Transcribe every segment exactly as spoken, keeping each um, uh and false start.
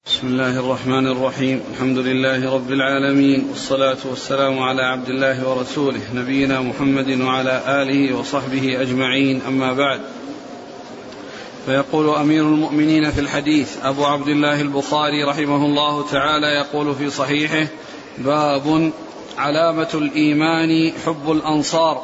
بسم الله الرحمن الرحيم. الحمد لله رب العالمين، والصلاة والسلام على عبد الله ورسوله نبينا محمد وعلى آله وصحبه أجمعين، أما بعد. فيقول أمير المؤمنين في الحديث أبو عبد الله البخاري رحمه الله تعالى يقول في صحيحه: باب علامة الإيمان حب الأنصار.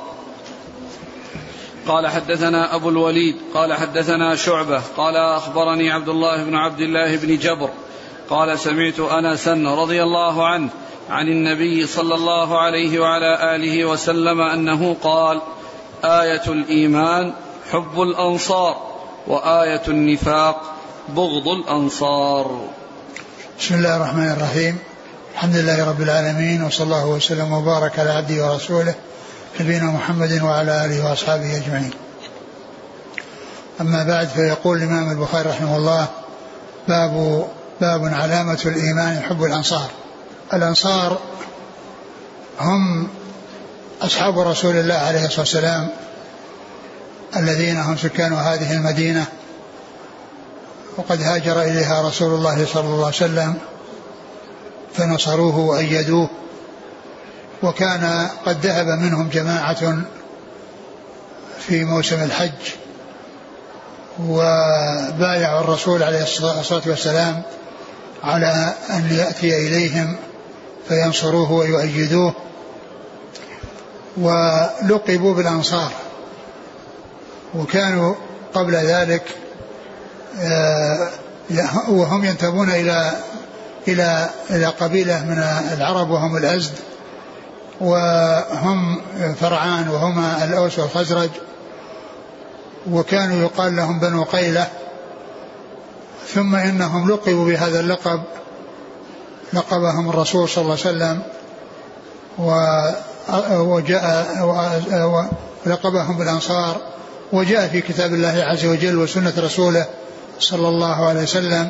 قال حدثنا أبو الوليد قال حدثنا شعبة قال أخبرني عبد الله بن عبد الله بن جبر قال سمعت أنسا رضي الله عنه عن النبي صلى الله عليه وعلى آله وسلم أنه قال: آية الإيمان حب الأنصار، وآية النفاق بغض الأنصار. بسم الله الرحمن الرحيم. الحمد لله رب العالمين، وصلى الله وسلم وبارك على عبده ورسوله نبينا محمد وعلى آله وأصحابه أجمعين. أما بعد، فيقول الإمام البخاري رحمه الله: باب باب علامة الإيمان حب الأنصار. الأنصار هم أصحاب رسول الله عليه الصلاة والسلام، الذين هم سكان هذه المدينة، وقد هاجر إليها رسول الله صلى الله عليه وسلم فنصروه وأيدوه، وكان قد ذهب منهم جماعة في موسم الحج وبايعوا الرسول عليه الصلاة والسلام على أن يأتي إليهم فينصروه ويؤيدوه، ولقبوا بالأنصار. وكانوا قبل ذلك وهم ينتمون إلى إلى إلى قبيلة من العرب وهم الأزد، وهم فرعان وهما الأوس والخزرج، وكانوا يقال لهم بنو قيلة. ثم إنهم لقبوا بهذا اللقب، لقبهم الرسول صلى الله عليه وسلم، وجاء ولقبهم بالأنصار، وجاء في كتاب الله عز وجل وسنة رسوله صلى الله عليه وسلم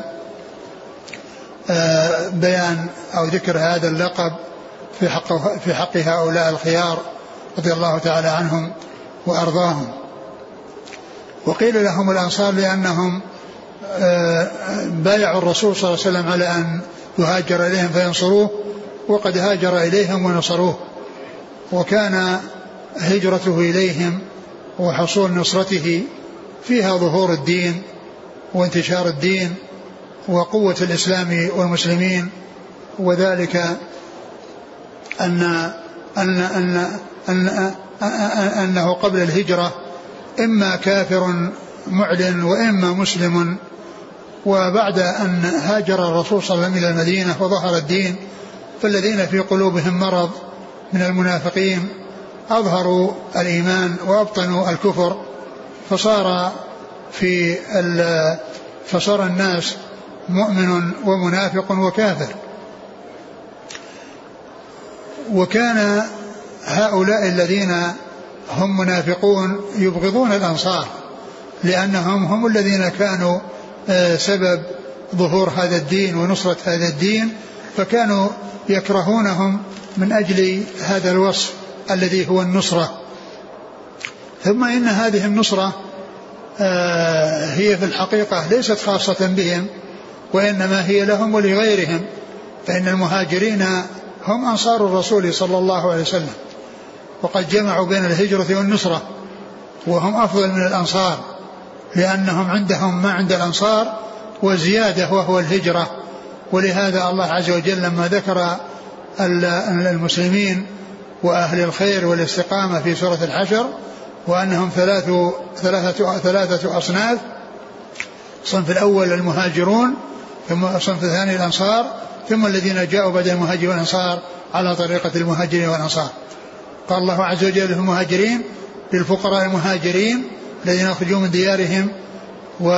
بيان أو ذكر هذا اللقب في حق في حق هؤلاء الخيار رضي الله تعالى عنهم وأرضاهم. وقيل لهم الأنصار لأنهم بايعوا الرسول صلى الله عليه وسلم على أن يهاجر إليهم فينصروه، وقد هاجر إليهم ونصروه، وكان هجرته إليهم وحصول نصرته فيها ظهور الدين وانتشار الدين وقوة الإسلام والمسلمين. وذلك أن أن أن أن أنه قبل الهجرة إما كافر معلن وإما مسلم، وبعد أن هاجر الرسول صلى الله عليه وسلم إلى المدينة وظهر الدين، فالذين في قلوبهم مرض من المنافقين أظهروا الإيمان وأبطنوا الكفر، فصار في فصار الناس مؤمن ومنافق وكافر. وكان هؤلاء الذين هم منافقون يبغضون الأنصار، لأنهم هم الذين كانوا سبب ظهور هذا الدين ونصرة هذا الدين، فكانوا يكرهونهم من أجل هذا الوصف الذي هو النصرة. ثم إن هذه النصرة هي في الحقيقة ليست خاصة بهم، وإنما هي لهم ولغيرهم، فإن المهاجرين هم أنصار الرسول صلى الله عليه وسلم، وقد جمعوا بين الهجرة والنصرة، وهم أفضل من الأنصار لأنهم عندهم ما عند الأنصار وزيادة، وهو الهجرة. ولهذا الله عز وجل لما ذكر المسلمين وأهل الخير والاستقامة في سورة الحشر وأنهم ثلاثة, ثلاثة, ثلاثة أصناف: الصنف الأول المهاجرون، ثم الصنف الثاني الأنصار، ثم الذين جاءوا بعد المهاجرين والأنصار على طريقة المهاجرين والأنصار. قال الله عز وجل في المهاجرين: للفقراء المهاجرين الذين يخرجون من ديارهم و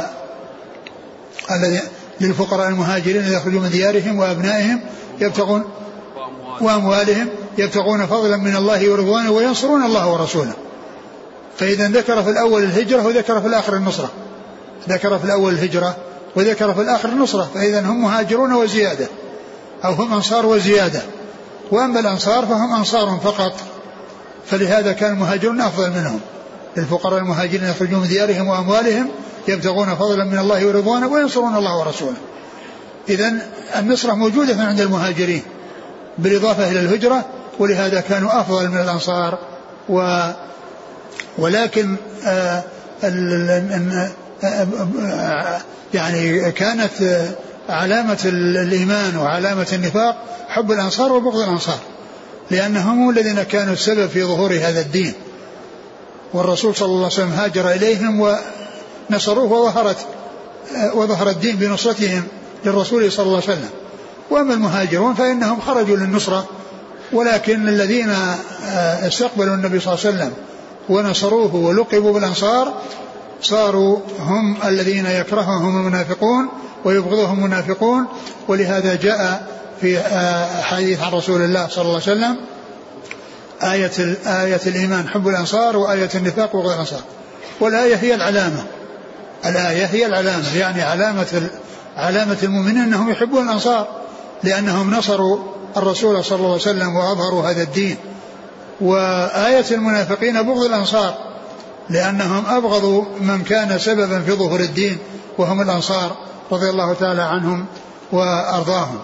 للفقراء المهاجرين الذين يخرجون من ديارهم وأبنائهم يبتغون وأموالهم يبتغون فضلا من الله ورضوانه وينصرون الله ورسوله. فإذا ذكر في الأول الهجرة وذكر في الآخر النصرة، ذكر في الأول الهجرة وذكر في الآخر النصرة، فإذا هم مهاجرون وزيادة، أو هم أنصار وزيادة. وأما الأنصار فهم أنصار فقط، فلهذا كان المهاجرون أفضل منهم. للفقراء المهاجرين يخرجون من ديارهم وأموالهم يبتغون فضلا من الله ورضوانه وينصرون الله ورسوله. إذن النصرة موجودة عند المهاجرين بالإضافة إلى الهجرة، ولهذا كانوا أفضل من الأنصار. و ولكن آآ آآ آآ يعني كانت علامة الإيمان وعلامة النفاق حب الأنصار وبغض الأنصار، لأنهم الذين كانوا السبب في ظهور هذا الدين، والرسول صلى الله عليه وسلم هاجر إليهم ونصروه وظهرت وظهر الدين بنصرتهم للرسول صلى الله عليه وسلم. وأما المهاجرون فإنهم خرجوا للنصرة، ولكن الذين استقبلوا النبي صلى الله عليه وسلم ونصروه ولقبوا بالأنصار صاروا هم الذين يكرههم المنافقون ويبغضهم المنافقون. ولهذا جاء في حديث عن رسول الله صلى الله عليه وسلم آية, آية الإيمان حب الأنصار وآية النفاق بغض الأنصار. والآية هي العلامة، الآية هي العلامة، يعني علامة علامة المؤمنين أنهم يحبون الأنصار لأنهم نصروا الرسول صلى الله عليه وسلم وأظهروا هذا الدين. وآية المنافقين بغض الأنصار لأنهم أبغضوا من كان سببا في ظهور الدين وهم الأنصار رضي الله تعالى عنهم وأرضاهم.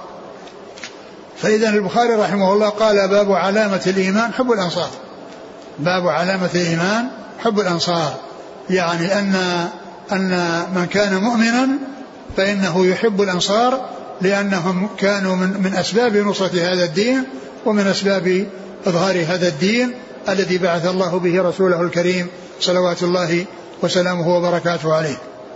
فإذا البخاري رحمه الله قال باب علامة الإيمان حب الأنصار، باب علامة الإيمان حب الأنصار، يعني أن أن من كان مؤمنا فإنه يحب الأنصار لأنهم كانوا من, من أسباب نصرة هذا الدين ومن أسباب إظهار هذا الدين الذي بعث الله به رسوله الكريم صلوات الله وسلامه وبركاته عليه.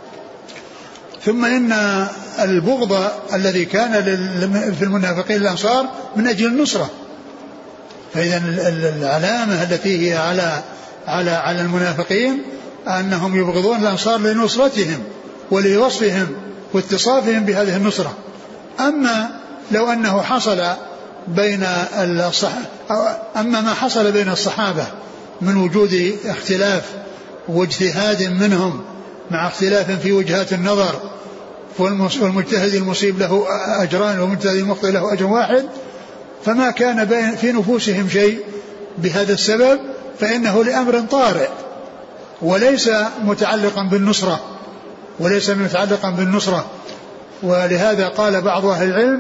ثم إن البغض الذي كان في المنافقين الأنصار من أجل النصرة، فإذا العلامة التي هي على على على المنافقين أنهم يبغضون الأنصار لنصرتهم ولوصفهم واتصافهم بهذه النصرة. أما لو أنه حصل بين الصحابة أما ما حصل بين الصحابة من وجود اختلاف واجتهاد منهم مع اختلاف في وجهات النظر، والمجتهد المصيب له أجران والمجتهد المخطئ له أجر واحد، فما كان بين في نفوسهم شيء بهذا السبب فإنه لأمر طارئ وليس متعلقا بالنصرة وليس متعلقا بالنصرة. ولهذا قال بعض أهل العلم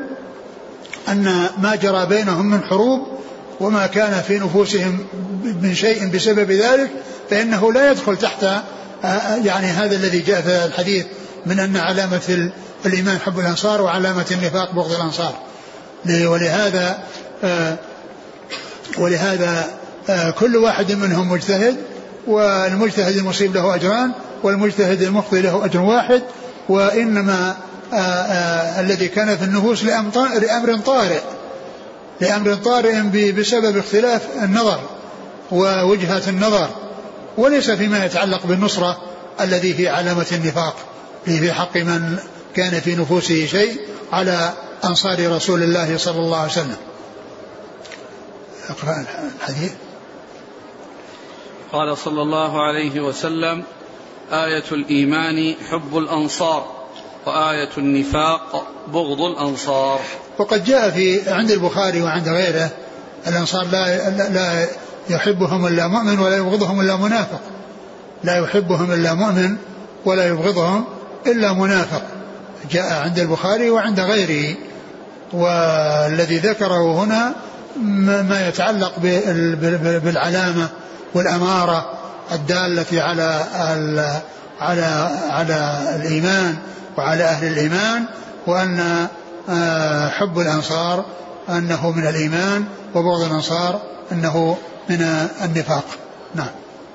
أن ما جرى بينهم من حروب وما كان في نفوسهم من شيء بسبب ذلك فإنه لا يدخل تحت يعني هذا الذي جاء في الحديث من أن علامة الإيمان حب الأنصار وعلامة النفاق بغض الأنصار. ولهذا ولهذا كل واحد منهم مجتهد، والمجتهد المصيب له أجران والمجتهد المخطئ له أجر واحد، وإنما آآ آآ الذي كان في النفوس لأمر طارئ لأمر طارئ بسبب اختلاف النظر ووجهة النظر، وليس فيما يتعلق بالنصرة الذي هي علامة النفاق في حق من كان في نفوسه شيء على أنصار رسول الله صلى الله عليه وسلم. اقرأ الحديث. قال صلى الله عليه وسلم آية الإيمان حب الأنصار وآية النفاق بغض الأنصار. وقد جاء في عند البخاري وعند غيره الأنصار لا, لا يحبهم إلا مؤمن ولا يبغضهم إلا منافق، لا يحبهم إلا مؤمن ولا يبغضهم إلا منافق، جاء عند البخاري وعند غيره. والذي ذكره هنا ما يتعلق بالعلامة والأمارة الدالة على على على الإيمان وعلى أهل الإيمان، وأن حب الأنصار أنه من الإيمان وبغض الأنصار أنه من النفاق. نعم.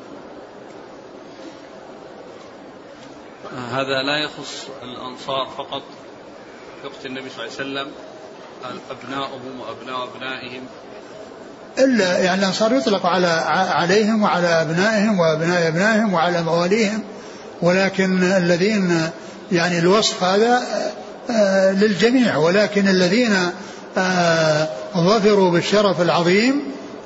هذا لا يخص الأنصار فقط في وقت النبي صلى الله عليه وسلم، أبناؤهم وأبناء أبنائهم إلا يعني الأنصار يطلق على عليهم وعلى أبنائهم وأبناء أبنائهم وعلى مواليهم، ولكن الذين يعني الوصف هذا للجميع، ولكن الذين ظفروا بالشرف العظيم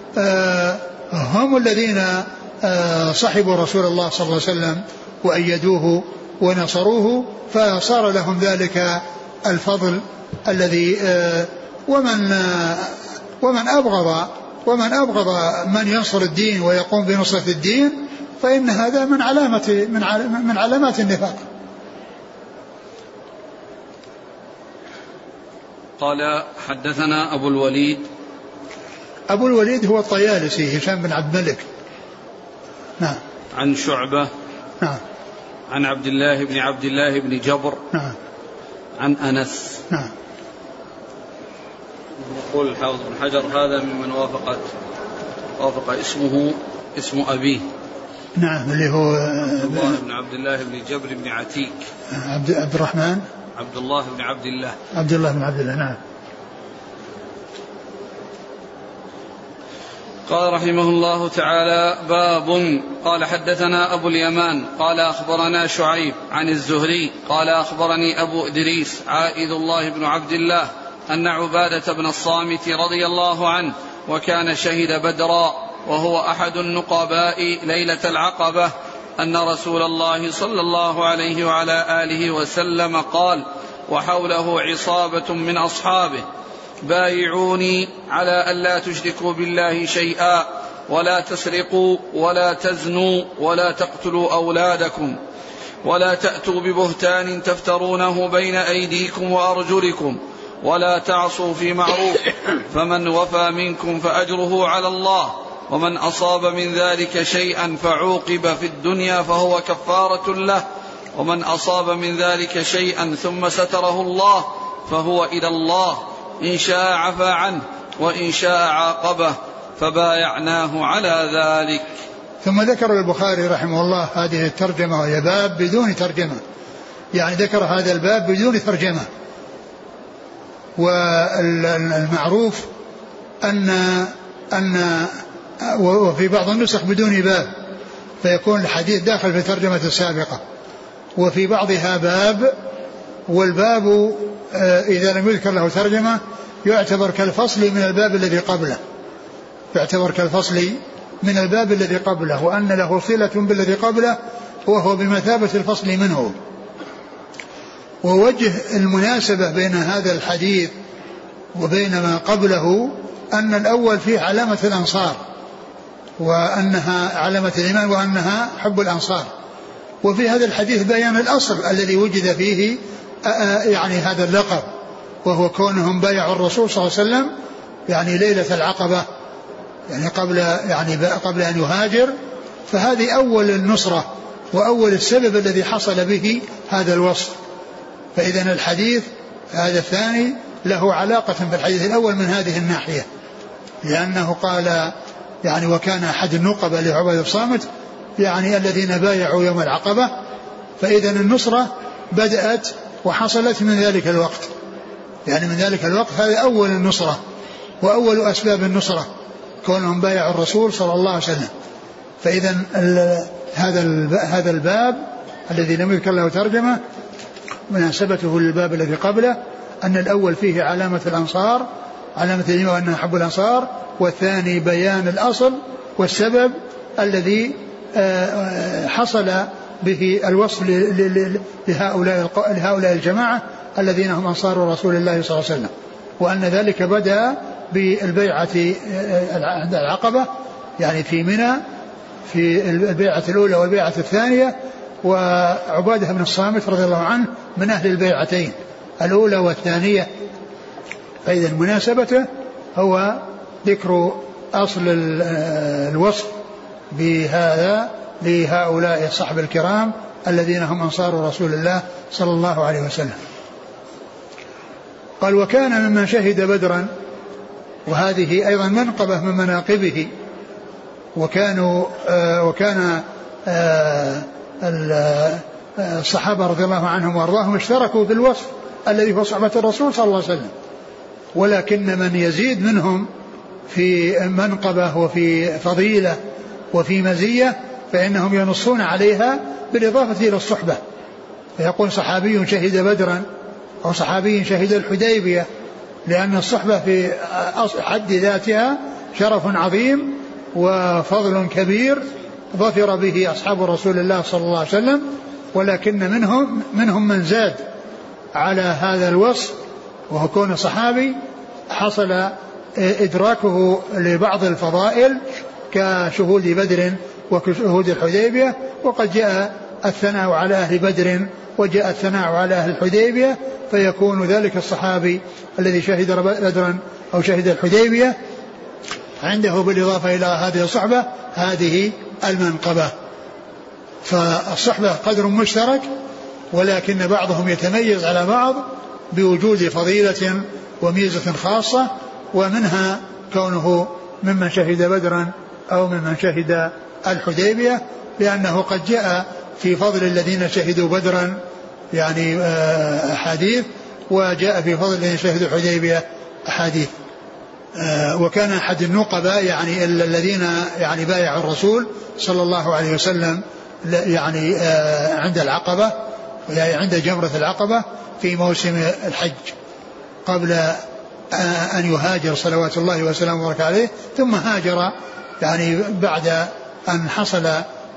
هم الذين صحبوا رسول الله صلى الله عليه وسلم وأيدوه ونصروه، فصار لهم ذلك الفضل الذي ومن ومن أبغض ومن أبغض من ينصر الدين ويقوم بنصرة الدين فإن هذا من علامة من علامات النفاق. قال حدثنا أبو الوليد. أبو الوليد هو الطيالسي هشام بن عبد الملك. نعم. عن شعبة. نعم. عن عبد الله بن عبد الله بن جبر. نعم. عن أنس. نعم. يقول الحافظ بن حجر هذا ممن وافقت وافق اسمه اسم أبيه. نعم اللي هو عبد الله بن عبد الله بن جبر بن عتيك. عبد, عبد الرحمن عبد الله بن عبد الله عبد الله بن عبد الله. نعم. قال رحمه الله تعالى: باب. قال حدثنا أبو اليمان قال أخبرنا شعيب عن الزهري قال أخبرني أبو إدريس عائذ الله بن عبد الله أن عبادة بن الصامت رضي الله عنه وكان شهد بدرا وهو أحد النقباء ليلة العقبة أن رسول الله صلى الله عليه وعلى آله وسلم قال وحوله عصابة من أصحابه: بايعوني على ألا تشركوا بالله شيئا ولا تسرقوا ولا تزنوا ولا تقتلوا أولادكم ولا تأتوا ببهتان تفترونه بين أيديكم وأرجلكم ولا تعصوا في معروف، فمن وفى منكم فأجره على الله، ومن أصاب من ذلك شيئا فعوقب في الدنيا فهو كفارة له، ومن أصاب من ذلك شيئا ثم ستره الله فهو إلى الله، إن شاء عفا عنه وإن شاء عاقبه، فبايعناه على ذلك. ثم ذكر البخاري رحمه الله هذه الترجمة وهي باب بدون ترجمة، يعني ذكر هذا الباب بدون ترجمة. والمعروف أن أن وفي بعض النسخ بدون باب فيكون الحديث داخل في الترجمة السابقة، وفي بعضها باب، والباب إذا لم يذكر له ترجمة يعتبر كالفصل من الباب الذي قبله يعتبر كالفصل من الباب الذي قبله وأن له صلة بالذي قبله وهو بمثابة الفصل منه. ووجه المناسبة بين هذا الحديث وبين ما قبله أن الأول فيه علامة الأنصار وأنها علامة الإيمان وأنها حب الأنصار، وفي هذا الحديث بيان الأصل الذي وجد فيه يعني هذا اللقب، وهو كونهم بايعوا الرسول صلى الله عليه وسلم يعني ليلة العقبة، يعني قبل يعني قبل أن يهاجر. فهذه أول النصرة وأول السبب الذي حصل به هذا الوصف. فإذا الحديث هذا الثاني له علاقة بالحديث الأول من هذه الناحية، لأنه قال يعني وكان أحد النقبة لعبادة الصامت يعني الذين بايعوا يوم العقبة. فإذا النصرة بدأت وحصلت من ذلك الوقت، يعني من ذلك الوقت هذا أول النصرة وأول أسباب النصرة كونهم بايعوا الرسول صلى الله عليه وسلم. فإذا هذا هذا الباب الذي لم يذكر له ترجمة مناسبته للباب الذي قبله أن الأول فيه علامة الأنصار، علامة الإيمان وأنها حب الأنصار، والثاني بيان الأصل والسبب الذي حصل به الوصف لهؤلاء لهؤلاء الجماعة الذين هم أنصار رسول الله صلى الله عليه وسلم، وأن ذلك بدأ بالبيعة عند العقبة يعني في منى في البيعة الأولى والبيعة الثانية، وعبادة بن الصامت رضي الله عنه من أهل البيعتين الأولى والثانية. فإذا مناسبته هو ذكر أصل الوصف بهذا لهؤلاء الصحابة الكرام الذين هم أنصار رسول الله صلى الله عليه وسلم. قال وكان ممن شهد بدرا، وهذه أيضا منقبة من مناقبه، وكانوا آه وكان آه الصحابة رضي الله عنهم وأرضاهم اشتركوا في الوصف الذي هو صحبة الرسول صلى الله عليه وسلم، ولكن من يزيد منهم في منقبة وفي فضيلة وفي مزية فإنهم ينصون عليها بالإضافة إلى الصحبة، فيقول صحابي شهد بدرا أو صحابي شهد الحديبية، لأن الصحبة في حد ذاتها شرف عظيم وفضل كبير ظفر به أصحاب رسول الله صلى الله عليه وسلم، ولكن منهم منهم من زاد على هذا الوصف وهو كون صحابي حصل إدراكه لبعض الفضائل كشهود بدر وكشهود الحديبية، وقد جاء الثناء على أهل بدر وجاء الثناء على أهل الحديبية فيكون ذلك الصحابي الذي شهد بدرا أو شهد الحديبية عنده بالإضافة إلى هذه الصحبة هذه المنقبة. فالصحبة قدر مشترك، ولكن بعضهم يتميز على بعض بوجود فضيلة وميزة خاصة، ومنها كونه ممن شهد بدرا أو ممن شهد الحديبية، لأنه قد جاء في فضل الذين شهدوا بدرا يعني أحاديث، وجاء في فضل الذين شهدوا الحديبية أحاديث. وكان أحد النقباء يعني الذين يعني بايعوا الرسول صلى الله عليه وسلم يعني عند العقبة، يعني عند جمرة العقبة في موسم الحج قبل أن يهاجر صلوات الله وسلامه وبركاته عليه، ثم هاجر يعني بعد أن حصل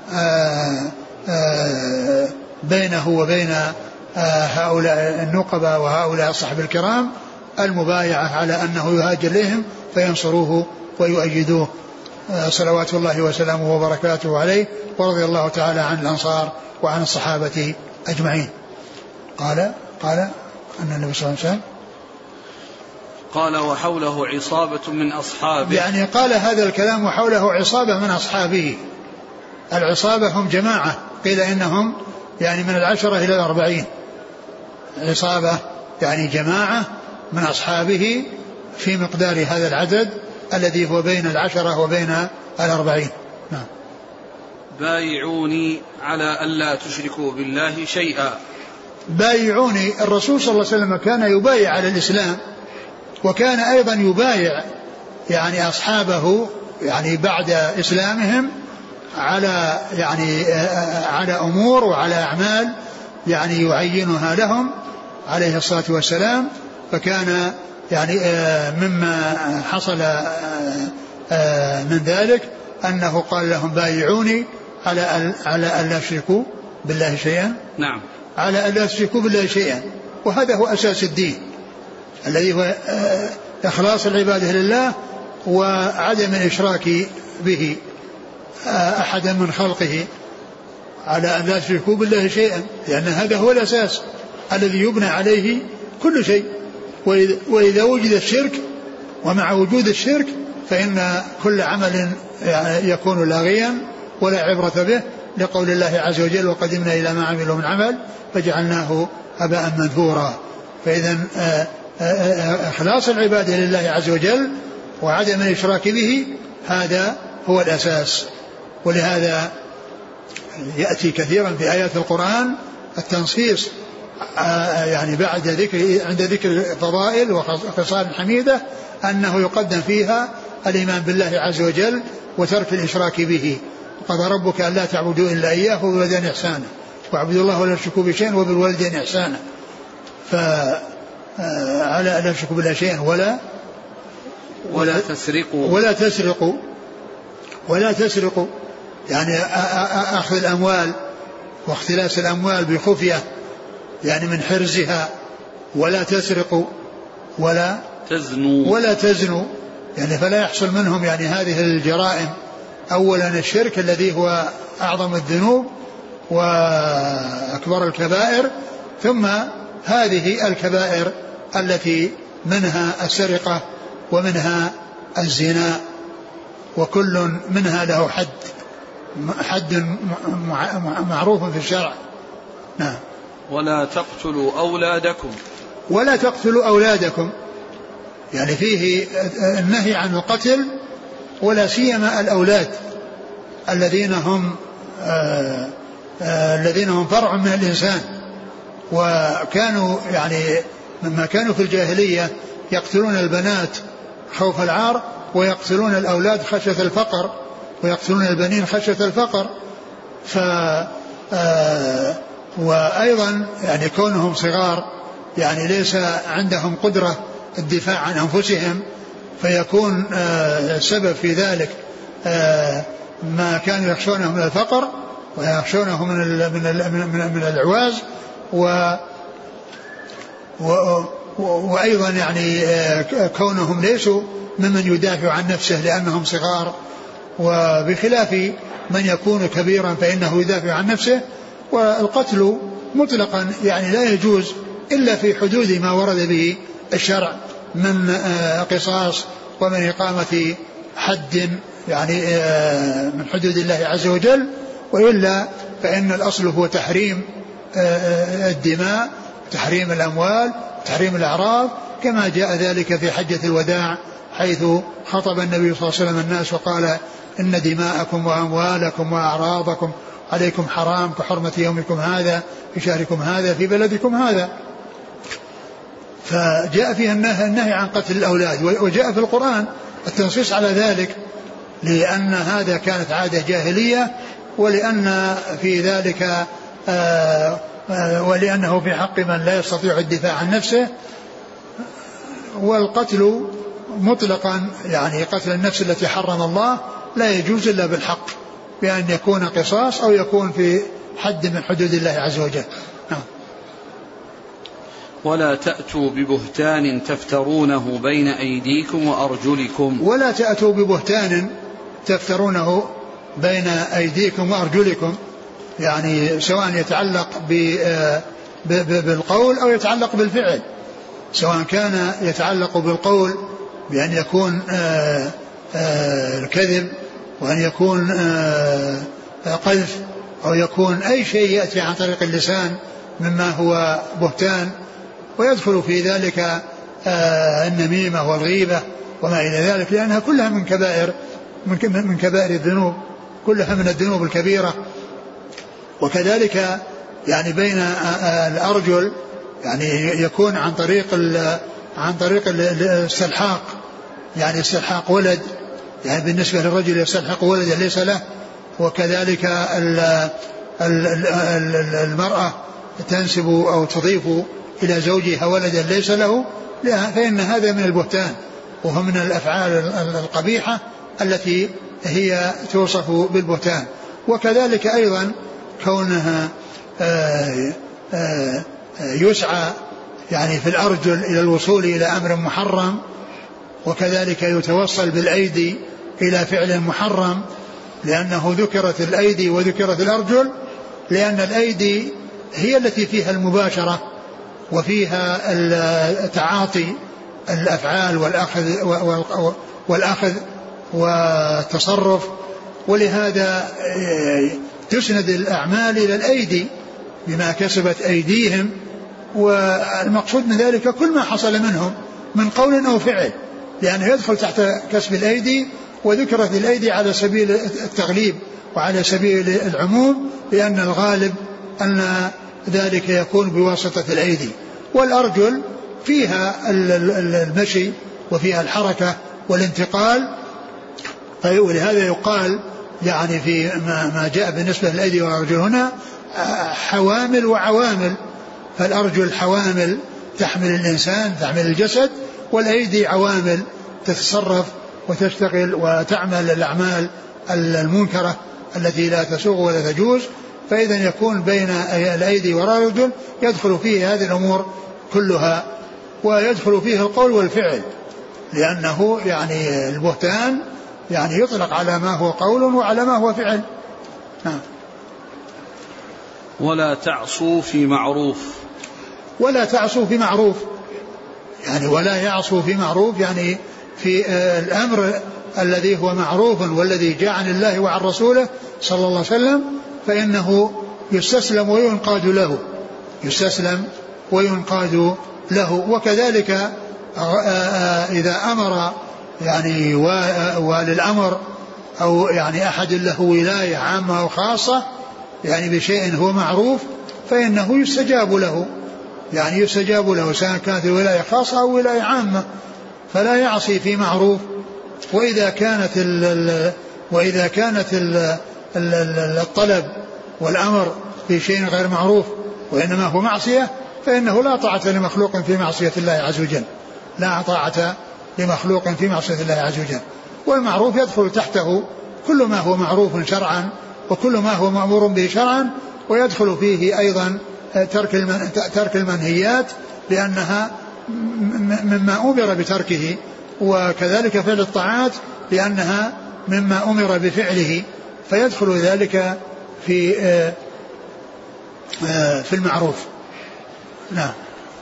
بينه وبين هؤلاء النقبة وهؤلاء الصحابة الكرام المبايعة على أنه يهاجر إليهم فينصروه ويؤيدوه صلوات الله وسلامه وبركاته عليه، ورضي الله تعالى عن الأنصار وعن الصحابة أجمعين. قال قال أن النبي صلى الله عليه وسلم قال وحوله عصابة من أصحابه، يعني قال هذا الكلام وحوله عصابة من أصحابه. العصابة هم جماعة، قيل إنهم يعني من العشرة إلى الأربعين، عصابة يعني جماعة من أصحابه في مقدار هذا العدد الذي هو بين العشرة وبين الأربعين. نعم. بايعوني على ألا تشركوا بالله شيئا. بايعوني، الرسول صلى الله عليه وسلم كان يبايع على الإسلام، وكان أيضا يبايع يعني أصحابه يعني بعد إسلامهم على يعني على أمور وعلى أعمال يعني يعينها لهم عليه الصلاة والسلام. فكان يعني مما حصل من ذلك أنه قال لهم بايعوني على على أن لا يشركوا بالله شيئا. نعم. على أن لا يشركوا بالله شيئا، وهذا هو أساس الدين الذي هو إخلاص العبادة لله وعدم الإشراك به أحدا من خلقه، على أن لا يشركوا بالله شيئا، لأن هذا هو الأساس الذي يبنى عليه كل شيء. وإذا وجد الشرك ومع وجود الشرك فإن كل عمل يكون لاغيا ولا عبرة به، لقول الله عز وجل وقدمنا إلى ما عملوا من عمل فجعلناه هباء منثورا. فإذا إخلاص العبادة لله عز وجل وعدم الإشراك به هذا هو الأساس. ولهذا يأتي كثيرا في آيات القرآن التنصيص يعني بعد ذكر عند ذكر الفضائل وخصال حميدة أنه يقدم فيها الإيمان بالله عز وجل وترك الإشراك به. قضى ربك ألا تعبدوا إلا إياه وبالوالدين إحسانا واعبدوا الله ولا تشركوا به شيئا وبالوالدين إحسانا. فعلى ألا تشركوا بالله شيئا ولا ولا تسرقوا ولا تسرقوا ولا تسرقوا يعني أخذ الأموال واختلاس الأموال بخفية يعني من حرزها. ولا تسرقوا ولا تزنوا ولا تزنوا يعني فلا يحصل منهم يعني هذه الجرائم. أولا الشرك الذي هو أعظم الذنوب وأكبر الكبائر، ثم هذه الكبائر التي منها السرقة ومنها الزنا، وكل منها له حد حد معروف في الشرع. نعم. ولا تقتلوا أولادكم ولا تقتلوا أولادكم يعني فيه النهي عن القتل، ولا سيما الأولاد الذين هم آآ آآ الذين هم فرع من الإنسان. وكانوا يعني مما كانوا في الجاهلية يقتلون البنات خوف العار، ويقتلون الأولاد خشية الفقر، ويقتلون البنين خشية الفقر. ف وأيضا يعني كونهم صغار يعني ليس عندهم قدرة الدفاع عن أنفسهم، فيكون السبب في ذلك ما كانوا يخشونه من الفقر ويخشونه من من من العواز، و وأيضا يعني كونهم ليسوا ممن يدافع عن نفسه لأنهم صغار، وبخلاف من يكون كبيرا فإنه يدافع عن نفسه. والقتل مطلقا يعني لا يجوز إلا في حدود ما ورد به الشرع من قصاص ومن إقامة حد يعني من حدود الله عز وجل، وإلا فإن الأصل هو تحريم الدماء، تحريم الأموال، تحريم الأعراض، كما جاء ذلك في حجة الوداع حيث خطب النبي صلى الله عليه وسلم الناس وقال إن دماءكم وأموالكم وأعراضكم عليكم حرام كحرمة يومكم هذا في شهركم هذا في بلدكم هذا. فجاء فيها النهي عن قتل الأولاد، وجاء في القرآن التنصيص على ذلك، لأن هذا كانت عادة جاهلية، ولأن في ذلك آآ آآ ولأنه في حق من لا يستطيع الدفاع عن نفسه. والقتل مطلقا يعني قتل النفس التي حرم الله لا يجوز إلا بالحق، بأن يكون قصاص أو يكون في حد من حدود الله عز وجل. نعم. ولا تأتوا ببهتان تفترونه بين أيديكم وأرجلكم. ولا تأتوا ببهتان تفترونه بين أيديكم وأرجلكم، يعني سواء يتعلق بالقول أو يتعلق بالفعل، سواء كان يتعلق بالقول بأن يكون الكذب وأن يكون قذف أو يكون أي شيء يأتي عن طريق اللسان مما هو بهتان، ويدخل في ذلك النميمة والغيبة وما إلى ذلك، لأنها كلها من كبائر من كبائر الذنوب، كلها من الذنوب الكبيرة. وكذلك يعني بين الأرجل يعني يكون عن طريق عن طريق الاستلحاق، يعني استلحاق ولد، يعني بالنسبة للرجل يستلحق ولد ليس له، وكذلك المرأة تنسب أو تضيف إلى زوجها ولدا ليس له، فإن هذا من البهتان، وهو من الأفعال القبيحة التي هي توصف بالبهتان. وكذلك أيضا كونها يسعى يعني في الأرجل إلى الوصول إلى أمر محرم، وكذلك يتوصل بالأيدي إلى فعل محرم، لأنه ذكرت الأيدي وذكرت الأرجل، لأن الأيدي هي التي فيها المباشرة وفيها التعاطي الأفعال والأخذ والأخذ والتصرف، ولهذا تسند الأعمال إلى الأيدي بما كسبت أيديهم، والمقصود من ذلك كل ما حصل منهم من قول أو فعل، لأنه يدخل تحت كسب الأيدي، وذكرت الأيدي على سبيل التغليب وعلى سبيل العموم، لأن الغالب أن ذلك يكون بواسطة الأيدي. والأرجل فيها المشي وفيها الحركة والانتقال، ولهذا يقال يعني في ما جاء بالنسبة للأيدي والأرجل هنا حوامل وعوامل، فالأرجل حوامل تحمل الإنسان تحمل الجسد، والأيدي عوامل تتصرف وتشتغل وتعمل الأعمال المنكرة التي لا تسوغ ولا تجوز. فإذا يكون بين الأيدي والأرجل يدخل فيه هذه الأمور كلها، ويدخل فيه القول والفعل، لأنه يعني البهتان يعني يطلق على ما هو قول وعلى ما هو فعل. نعم. ولا تعصوا في معروف. ولا تعصوا في معروف، يعني ولا يعصوا في معروف، يعني في الأمر الذي هو معروف والذي جاء عن الله وعن رسوله صلى الله عليه وسلم، فإنه يستسلم وينقاد له، يستسلم وينقاد له. وكذلك إذا أمر يعني والي الأمر أو يعني أحد له ولاية عامة أو خاصة يعني بشيء هو معروف، فإنه يستجاب له، يعني يستجاب له سواء كانت الولاية خاصة أو ولاية عامة، فلا يعصي في معروف. وإذا كانت ال وإذا كانت ال الطلب والأمر في شيء غير معروف وإنما هو معصية، فإنه لا طاعة لمخلوق في معصية الله عز وجل، لا طاعة لمخلوق في معصية الله عز وجل. والمعروف يدخل تحته كل ما هو معروف شرعا وكل ما هو مأمور به شرعا، ويدخل فيه أيضا ترك ترك المنهيات لأنها مما أمر بتركه، وكذلك فعل الطاعات لأنها مما أمر بفعله، فيدخل ذلك في في المعروف. نعم.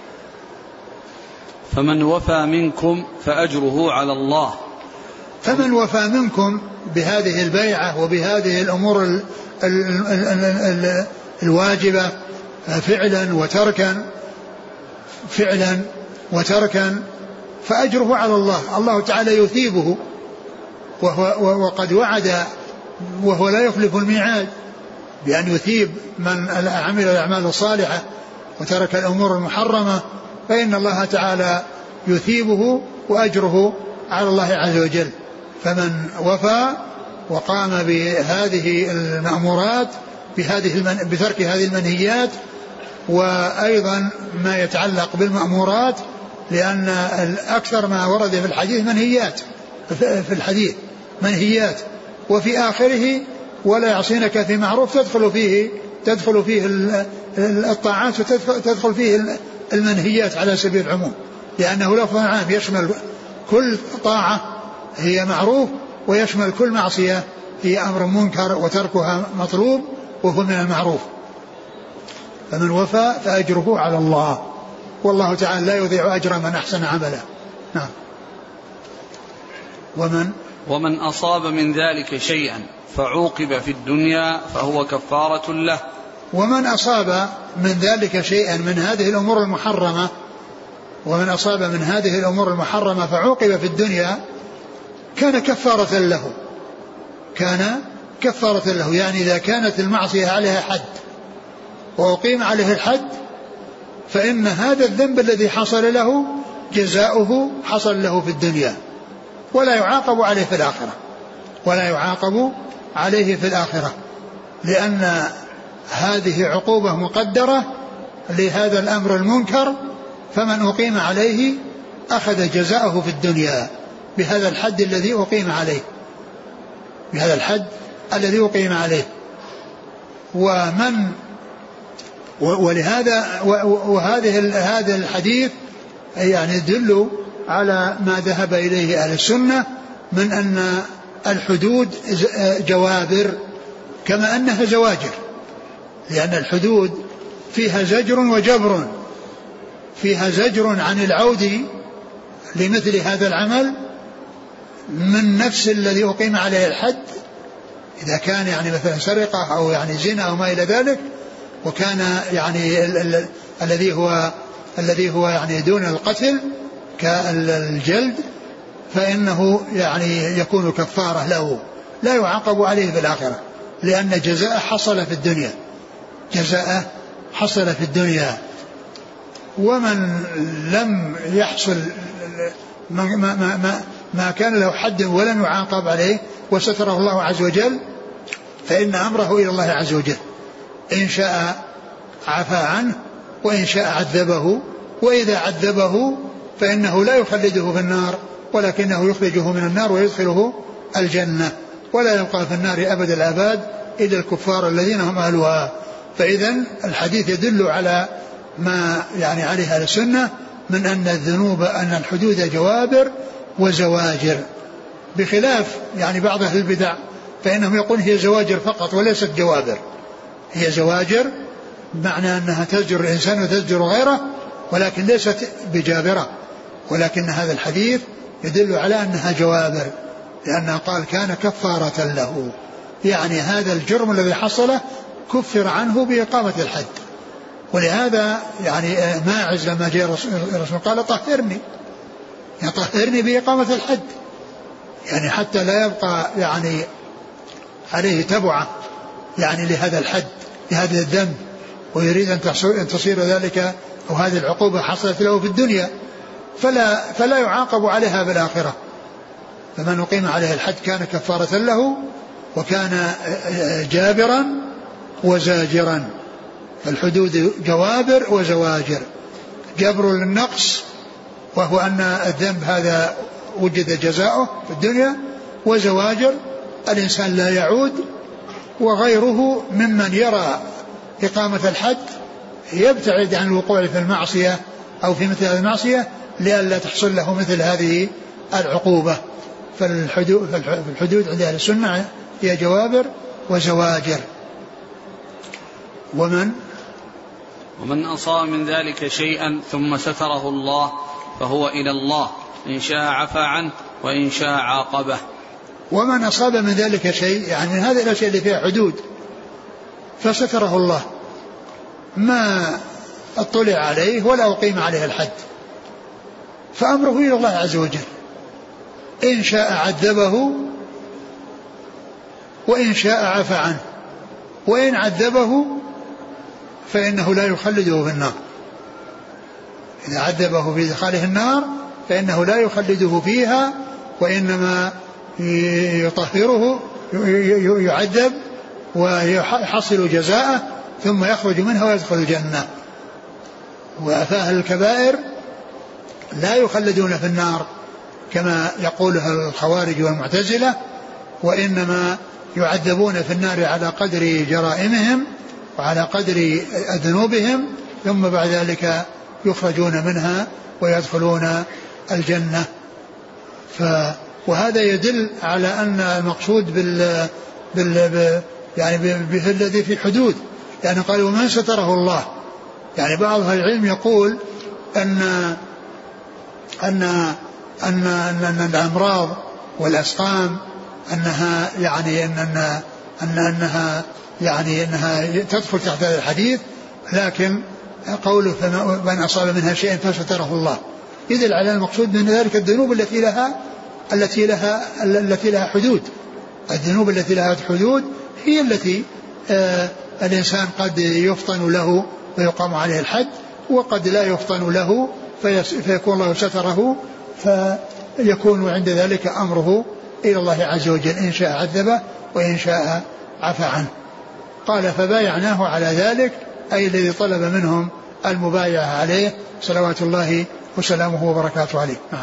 فمن وفى منكم فأجره على الله. فمن وفى منكم بهذه البيعة وبهذه الأمور ال ال ال ال الواجبة فعلا وتركا فعلا وتركا فأجره على الله. الله تعالى يثيبه، وهو وقد وعد وهو لا يخلف الميعاد بأن يثيب من عمل الأعمال الصالحة وترك الأمور المحرمة، فإن الله تعالى يثيبه وأجره على الله عز وجل. فمن وفى وقام بهذه المأمورات بهذه المن... بترك هذه المنهيات، وأيضا ما يتعلق بالمأمورات، لأن أكثر ما ورد في الحديث منهيات، في الحديث منهيات، وفي آخره ولا يعصينك في معروف تدخل فيه تدخل فيه الطاعات وتدخل فيه المنهيات على سبيل العموم، لأنه لفظ عام يشمل كل طاعة هي معروف ويشمل كل معصية هي أمر منكر وتركها مطلوب وهو من المعروف. فمن وفى فأجره على الله، والله تعالى لا يضيع أجر من أحسن عملا. نعم. ومن ومن أصاب من ذلك شيئا فعوقب في الدنيا فهو كفارة له. ومن أصاب من ذلك شيئا من هذه الأمور المحرمة ومن أصاب من هذه الأمور المحرمة فعوقب في الدنيا كان كفارة له كان كفارة له يعني إذا كانت المعصية عليها حد وأقيم عليه الحد، فإن هذا الذنب الذي حصل له جزاؤه حصل له في الدنيا، ولا يعاقب عليه في الآخرة ولا يعاقب عليه في الآخرة لأن هذه عقوبة مقدرة لهذا الأمر المنكر، فمن أقيم عليه أخذ جزاءه في الدنيا بهذا الحد الذي أقيم عليه بهذا الحد الذي أقيم عليه. ومن ولهذا وهذه هذا الحديث يعني يدل على ما ذهب إليه أهل السنة من أن الحدود جوابر كما أنها زواجر، لأن الحدود فيها زجر وجبر، فيها زجر عن العود لمثل هذا العمل من نفس الذي أقيم عليه الحد إذا كان يعني مثلا سرقة أو يعني زنا أو ما إلى ذلك، وكان يعني ال- ال- الذي هو الذي هو يعني دون القتل كالجلد فإنه يعني يكون كفارة له لا يعاقب عليه في الآخرة، لأن جزاء حصل في الدنيا جزاء حصل في الدنيا. ومن لم يحصل ما, ما, ما, ما كان له حد ولم يعاقب عليه وستره الله عز وجل فإن أمره إلى الله عز وجل، إن شاء عفى عنه وإن شاء عذبه، وإذا عذبه فإنه لا يخلده في النار ولكنه يخرجه من النار ويدخله الجنة، ولا يبقى في النار أبد الآباد إلا الكفار الذين هم أهلها. فإذا الحديث يدل على ما يعني عليه أهل السنة من أن الذنوب أن الحدود جوابر وزواجر، بخلاف يعني بعض أهل البدع فإنهم يقولون هي زواجر فقط وليست جوابر، هي زواجر بمعنى أنها تزجر الإنسان وتزجر غيره ولكن ليست بجابرة، ولكن هذا الحديث يدل على أنها جوابر لأنه قال كان كفارة له، يعني هذا الجرم الذي حصله كفر عنه بإقامة الحد. ولهذا يعني ماعز لما جاء الرسول قال طهرني يعني طهرني بإقامة الحد، يعني حتى لا يبقى يعني عليه تبعة يعني لهذا الحد لهذا الذنب، ويريد أن تصير ذلك أو هذه العقوبة حصلت له في الدنيا فلا, فلا يعاقب عليها بالآخرة. فمن أقيم عليه الحد كان كفارة له وكان جابرا وزاجرا، فالحدود جوابر وزواجر، جبر للنقص وهو أن الذنب هذا وجد جزاؤه في الدنيا، وزواجر الإنسان لا يعود، وغيره ممن يرى إقامة الحد يبتعد عن الوقوع في المعصية أو في مثل هذه المعصية لئلا تحصل له مثل هذه العقوبة. فالحدود عند أهل السنة هي جوابر وزواجر. ومن ومن أصاب من ذلك شيئا ثم ستره الله فهو إلى الله، إن شاء عفى عنه وإن شاء عاقبه. ومن أصاب من ذلك شيء يعني من هذه الأشياء اللي فيها حدود فستره الله، ما اطلع عليه ولا أقيم عليه الحد، فأمره إلى الله عز وجل، إن شاء عذبه وإن شاء عفى عنه، وإن عذبه فإنه لا يخلده في النار، إذا عذبه في دخاله النار فإنه لا يخلده فيها، وإنما يطهره يعذب ويحصل جزاءه ثم يخرج منها ويدخل الجنة. وأهل الكبائر لا يخلدون في النار كما يقولها الخوارج والمعتزلة، وإنما يعذبون في النار على قدر جرائمهم وعلى قدر ذنوبهم، ثم بعد ذلك يخرجون منها ويدخلون الجنة. ف وهذا يدل على أن المقصود بال, بال... يعني بالذي في حدود، يعني قال ومن ستره الله، يعني بعض أهل العلم يقول أن أن أن, أن, أن الأمراض والأسقام أنها يعني أن أن أن أنها يعني أنها تدخل تحت هذا الحديث، لكن قوله من أصاب منها شيء فستره الله يدل على المقصود من ذلك الذنوب التي لها التي لها التي لها حدود. الذنوب التي لها حدود هي التي آه الإنسان قد يفطن له ويقام عليه الحد، وقد لا يفطن له فيكون الله ستره فيكون عند ذلك أمره إلى الله عز وجل، إن شاء عذبه وإن شاء عفى عنه. قال فبايعناه على ذلك، أي الذي طلب منهم المبايعة عليه صلوات الله وسلامه وبركاته عليه. نعم.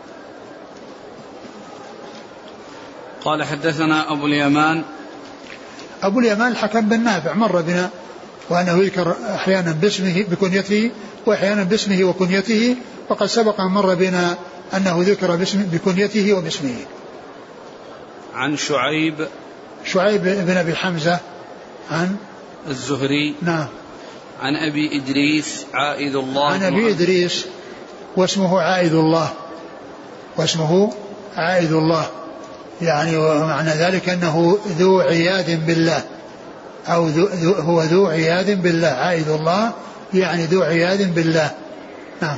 قال حدثنا أبو اليمان. أبو اليمان الحكم بن نافع مر بنا، وأنه يذكر أحيانا باسمه بكنيته وأحيانا باسمه وكنيته، وقد سبق أن مر بنا أنه ذكر بكنيته وباسمه. عن شعيب شعيب بن أبي حمزة عن الزهري. نعم. عن أبي إدريس عائد الله. عن أبي إدريس واسمه عائد الله، واسمه عائد الله، يعني ومعنى ذلك أنه ذو عياذ بالله، أو ذو هو ذو عياذ بالله، عائد الله يعني ذو عياذ بالله. نعم.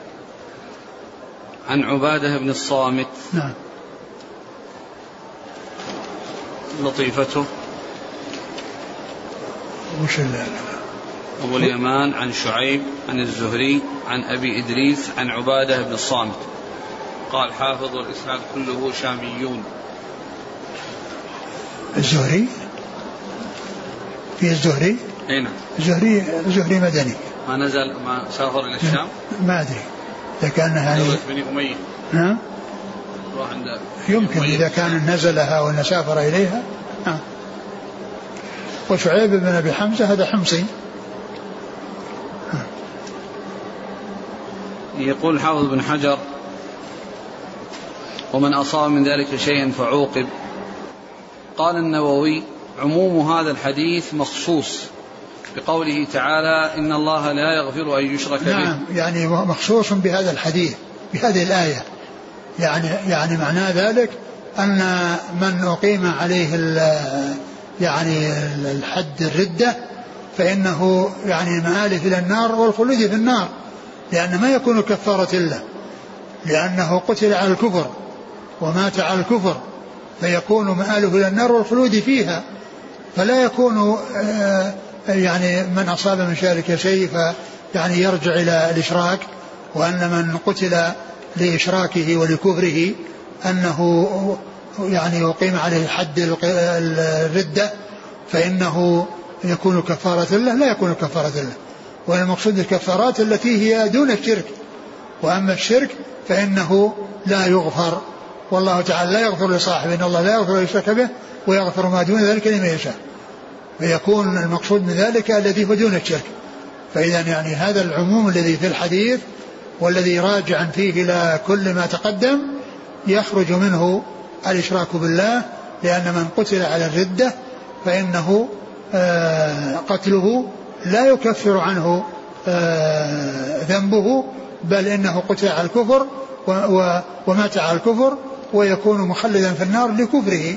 عن عبادة بن الصامت. نعم. لطيفته وش اللي أبو اليمان عن شعيب عن الزهري عن أبي إدريس عن عبادة بن الصامت. قال حافظ الإسناد كله شاميون. الزهري في الزهري أين الزهري الزهري مدني، ما نزل ما سافر إلى الشام، ما أدري إذا كان يعني دولة بني أمية. نعم. روح عند يمكن إذا كان نزلها ولا سافر إليها. نعم. وشعيب بن أبي حمزة هذا حمصي. يقول حافظ بن حجر ومن أصاب من ذلك شيئا فعوقب. قال النووي عموم هذا الحديث مخصوص بقوله تعالى إن الله لا يغفر أن يشرك به. نعم، يعني مخصوص بهذا الحديث بهذه الآية، يعني يعني معناه ذلك أن من أقيم عليه يعني الحد الردة فإنه يعني مآله إلى النار والخلود في النار، لأن ما يكون كفارة له، لأنه قتل على الكفر ومات على الكفر، فيكون مآله إلى النار والخلود فيها، فلا يكون يعني من أصاب من شارك شيء يعني يرجع إلى الإشراك، وأن من قتل لإشراكه ولكفره أنه يعني يقيم عليه حد الردة فإنه يكون كفارة له، لا يكون كفارة له. والمقصود الكفارات التي هي دون الشرك، وأما الشرك فإنه لا يغفر، والله تعالى لا يغفر لصاحبه، إن الله لا يغفر يشرك به ويغفر ما دون ذلك لمن يشاء، فيكون المقصود من ذلك الذي هو دون الشرك. فإذا يعني هذا العموم الذي في الحديث والذي راجعا فيه إلى كل ما تقدم يخرج منه الإشراك بالله، لأن من قتل على الردة فإنه قتله لا يكفر عنه ذنبه، بل إنه قتل على الكفر ومات على الكفر ويكون مخلدا في النار لكفره.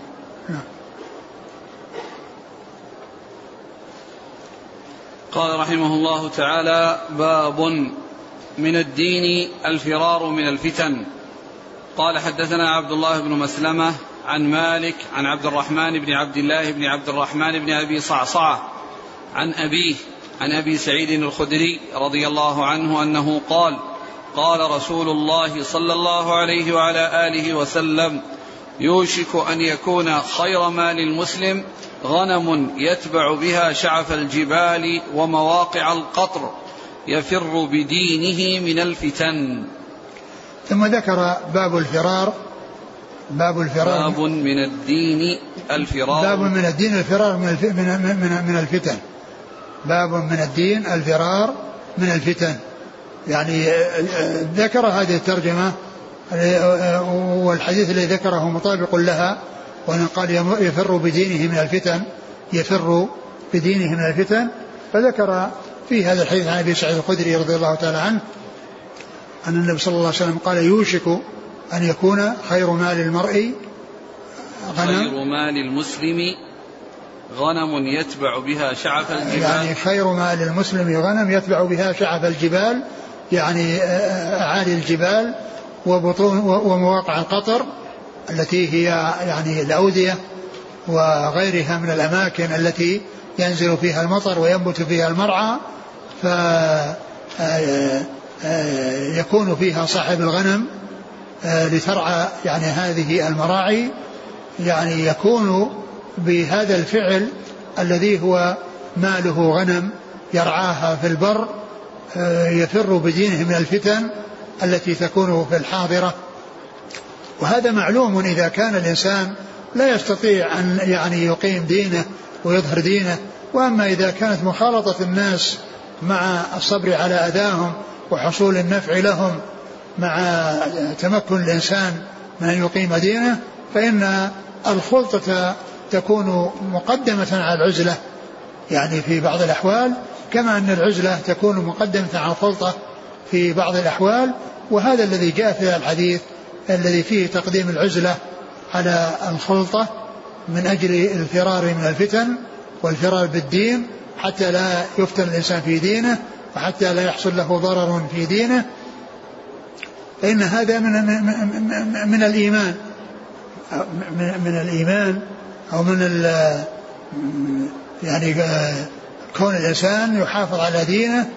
قال رحمه الله تعالى: باب من الدين الفرار من الفتن. قال حدثنا عبد الله بن مسلمة عن مالك عن عبد الرحمن بن عبد الله بن عبد الرحمن بن أبي صعصعة عن أبيه عن أبي سعيد الخدري رضي الله عنه أنه قال: قال رسول الله صلى الله عليه وعلى آله وسلم: يوشك أن يكون خير مال المسلم غنم يتبع بها شعف الجبال ومواقع القطر يفر بدينه من الفتن. ثم ذكر باب الفرار. باب الفرار باب من الدين الفرار باب من الدين الفرار من من من الفتن. باب من الدين الفرار من الفتن. يعني ذكر هذه الترجمة والحديث الذي ذكره مطابق لها، وأن قال يفر بدينه من الفتن، يفر بدينه من الفتن. فذكر في هذا الحديث عن أبي سعيد الخدري رضي الله تعالى عنه أن النبي صلى الله عليه وسلم قال: يوشك أن يكون خير مال المرء غنم، خير مال المسلم غنم يتبع بها شعف الجبال. يعني خير مال المسلم غنم يتبع بها شعف الجبال، يعني أعالي الجبال وبطون ومواقع القطر التي هي يعني الأودية وغيرها من الأماكن التي ينزل فيها المطر وينبت فيها المرعى، فيكون فيها صاحب الغنم لترعى يعني هذه المراعي، يعني يكون بهذا الفعل الذي هو ماله غنم يرعاها في البر يفر بدينه من الفتن التي تكون في الحاضرة. وهذا معلوم إذا كان الإنسان لا يستطيع أن يعني يقيم دينه ويظهر دينه. وأما إذا كانت مخالطة الناس مع الصبر على أذاهم وحصول النفع لهم مع تمكن الإنسان من أن يقيم دينه، فإن الخلطة تكون مقدمة على العزلة يعني في بعض الأحوال، كما أن العزلة تكون مقدمة على الخلطة في بعض الأحوال. وهذا الذي جاء في الحديث الذي فيه تقديم العزلة على الخلطة من أجل الفرار من الفتن والفرار بالدين حتى لا يفتن الإنسان في دينه وحتى لا يحصل له ضرر في دينه، فإن هذا من, من, من الإيمان من الإيمان أو من يعني كون الإنسان يحافظ على دينه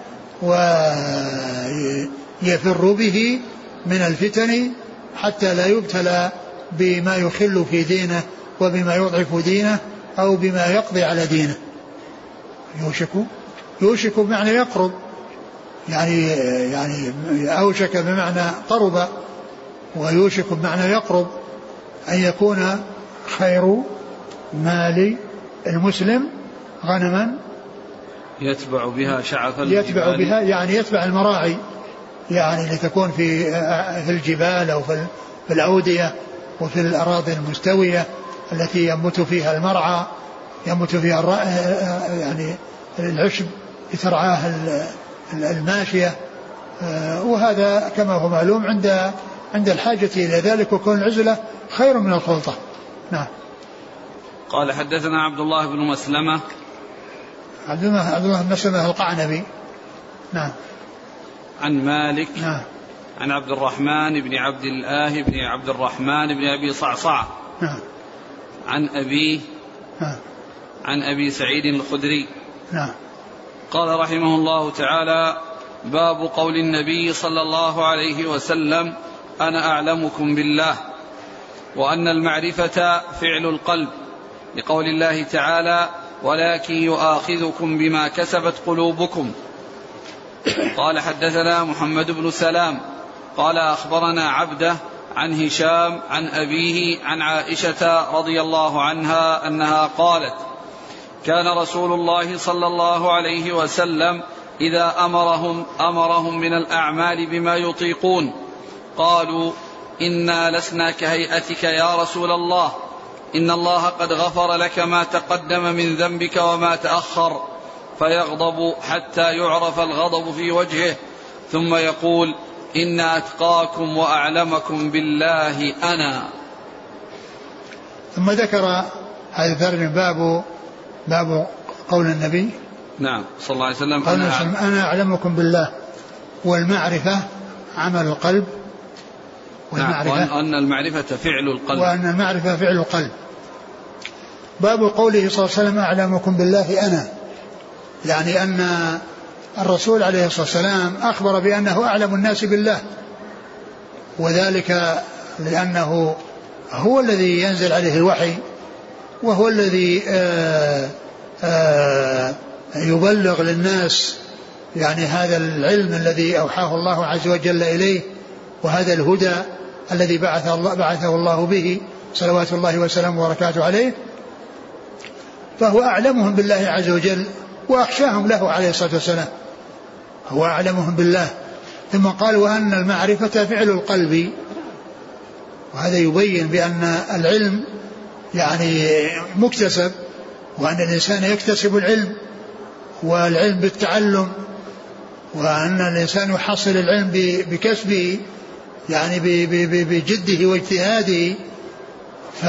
ويفر به من الفتن حتى لا يبتلى بما يخل في دينه وبما يضعف دينه أو بما يقضي على دينه. يوشك يوشك بمعنى يقرب، يعني يعني أوشك بمعنى قرب، ويوشك بمعنى يقرب أن يكون خير مال المسلم غنما يتبع بها شعف الجبال، يتبع بها يعني يتبع المراعي، يعني لتكون في في الجبال أو في الأودية وفي الأراضي المستوية التي ينبت فيها المرعى، ينبت فيها يعني العشب لترعاه الماشية. وهذا كما هو معلوم عند عند الحاجة إلى ذلك، وكون العزلة خير من الخلطة. نعم. قال حدثنا عبد الله بن مسلمة عبد الله عبد الله بن مسلمة القعنبي. نعم. عن مالك. نعم. عن عبد الرحمن بن عبد الله بن عبد الرحمن بن أبي صعصعة. نعم. عن أبيه. نعم. عن أبي سعيد الخدري. نعم. قال رحمه الله تعالى: باب قول النبي صلى الله عليه وسلم: أنا أعلمكم بالله، وأن المعرفة فعل القلب، لقول الله تعالى: ولكن يؤاخذكم بما كسبت قلوبكم. قال حدثنا محمد بن سلام قال أخبرنا عبده عن هشام عن أبيه عن عائشة رضي الله عنها أنها قالت: كان رسول الله صلى الله عليه وسلم إذا أمرهم أمرهم من الأعمال بما يطيقون قالوا: إنا لسنا كهيئتك يا رسول الله، إن الله قد غفر لك ما تقدم من ذنبك وما تأخر، فيغضب حتى يعرف الغضب في وجهه ثم يقول إن أتقاكم وأعلمكم بالله أنا. ثم ذكر هذا الترجمة باب باب قول النبي نعم صلى الله عليه وسلم قال أنا, أنا أعلمكم بالله، والمعرفة عمل القلب، والمعرفة نعم وأن المعرفة فعل القلب وأن المعرفة فعل القلب. باب قوله صلى الله عليه وسلم أعلمكم بالله أنا، يعني أن الرسول عليه الصلاة والسلام أخبر بأنه أعلم الناس بالله، وذلك لأنه هو الذي ينزل عليه الوحي، وهو الذي آآ آآ يبلغ للناس يعني هذا العلم الذي أوحاه الله عز وجل إليه، وهذا الهدى الذي بعث الله بعثه الله به صلوات الله وسلامه وبركاته عليه، فهو أعلمهم بالله عز وجل وأخشاهم له عليه الصلاة والسلام، هو أعلمهم بالله. ثم قال وأن المعرفة فعل القلب، وهذا يبين بأن العلم يعني مكتسب، وأن الإنسان يكتسب العلم، والعلم بالتعلم، وأن الإنسان يحصل العلم بكسبه يعني بجده واجتهاده. ف